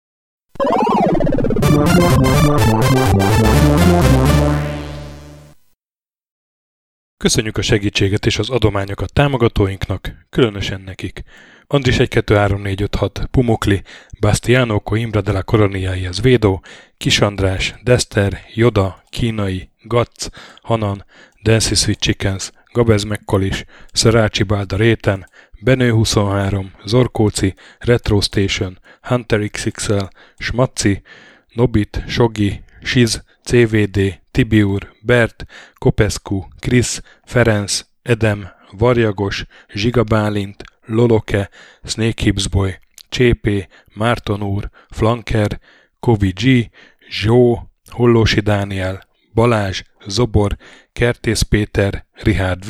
Speaker 1: Köszönjük a segítséget és az adományokat támogatóinknak, különösen nekik. Andris 1, 2, 3, 4, 5, 6, Pumukli, Bastiano, Coimbra de la Coroniai, az Védó, Kis András, Dester, Joda, Kínai, Gatz, Hanan, Dancy Sweet Chickens, Gabez Mekkolis, Szarácsi Bálda Réten, Benő 23, Zorkóci, Retro Station, Hunter XXL, Smaci, Nobit, Sogi, Siz, CVD, Tibiur, Bert, Kopescu, Krisz, Ferenc, Edem, Varjagos, Zsiga Bálint, Loloke, Snake Hipsboy, Csépé, Márton úr, Flanker, Kovi G, Zsó, Hollósi Dániel, Balázs, Zobor, Kertész Péter, Richard V,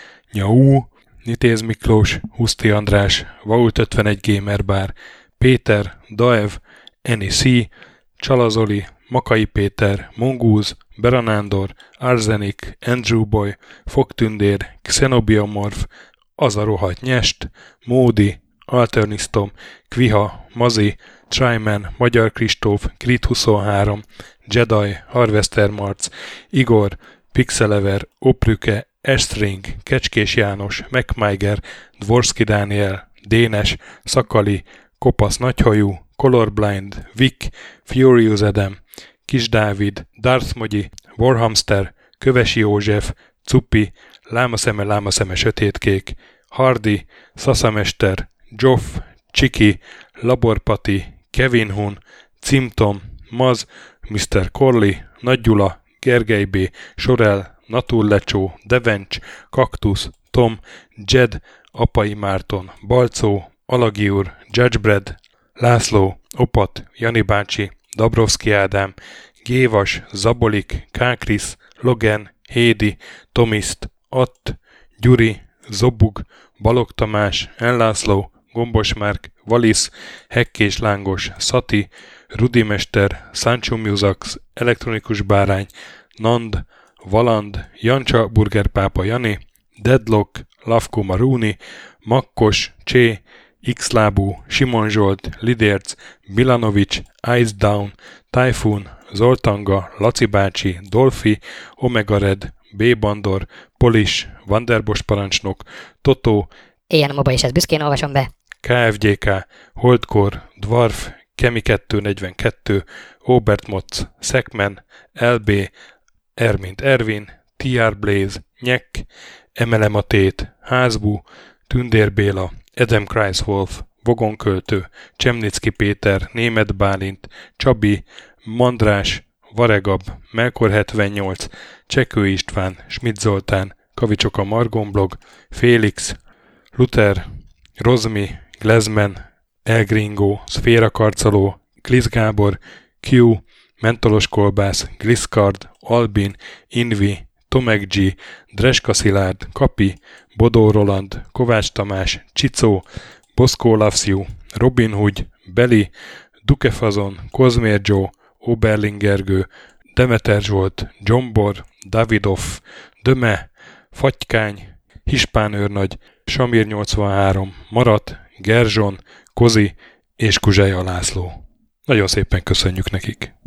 Speaker 1: Nyau, Nitéz Miklós, Huszti András, Vault 51 Gamer Bar, Péter, Daev, Eni C, Csalazoli, Makai Péter, Mongúz, Beranándor, Arzenik, Andrew Boy, Fogtündér, Xenobiomorph, Az a rohadt nyest, Módi, Alternisztom, Kviha, Mazi, Tryman, Magyar Kristóf, Krit 23, Jedi, Harvester Marc, Igor, Pixelever, Oprüke, Estring, Kecskés János, MacMiger, Dvorski Dániel, Dénes, Szakali, Kopasz Nagyhajú, Colorblind, Vic, Furious Adam, Kis Dávid, Darth Mogyi, Warhamster, Kövesi József, Cupi, Lámaszeme sötétkék, Hardy, Szaszamester, Joff, Csiki, Laborpati, Kevin Hun, Cimtom, Maz, Mr. Corley, Nagy Gyula, Gergely B., Sorel, Naturlecsó, Devencs, Kaktusz, Tom, Jed, Apai Márton, Balcó, Alagi úr, Judgebred, László, Opat, Jani bácsi, Dabrowski Ádám, Gévas, Zabolik, Kákris, Logan, Hédi, Tomiszt, Att, Gyuri, Zobug, Balog Tamás, Enlászló, Gombos Márk, Valisz, Hekkés Lángos, Szati, Rudimester, Sancho Musax, Elektronikus Bárány, Nand, Valand, Jancsa Burgerpápa Jani, Deadlock, Lavko Maruni, Makkos, Csé, Xlábú, Simon Zsolt, Lidérc, Milanovic, Ice Down, Typhoon, Zoltanga, Laci bácsi, Dolfi, Omega Red, B. Bandor, Polis, Vanderbos parancsnok, Totó,
Speaker 3: Éjjel a moba, és ezt büszkén olvasom be.
Speaker 1: KFGK, Holdkor, Dwarf, Kemi 242, Obert Motz, Szekmen, LB, Ermint Ervin, TR Blaze, Nyek, Emelematét, Házbú, Tündér Béla, Adam Kreiswolf, Vogonköltő, Csemnicki Péter, Németh Bálint, Csabi, Mandrás, Varegab, Melkor 78, Csekő István, Schmidt Zoltán, Kavicsoka Margonblog, Félix, Luther, Rozmi, Glezmen, Elgringo, Szféra Karcoló, Glisz Gábor, Q, Mentolos Kolbász, Gliszkard, Albin, Invi, Tomek G, Dreska Szilárd, Kapi, Bodó Roland, Kovács Tamás, Csicó, Boszkó Loves You, Robin Hood, Beli, Dukefazon, Kozmér Joe, Oberlingergő, Demeter Zsolt, Gyombor, Davidoff, Döme, Fatykány, Hispán őrnagy, Samir 83, Marat, Gerzson, Kozi és Kuzsely László. Nagyon szépen köszönjük nekik!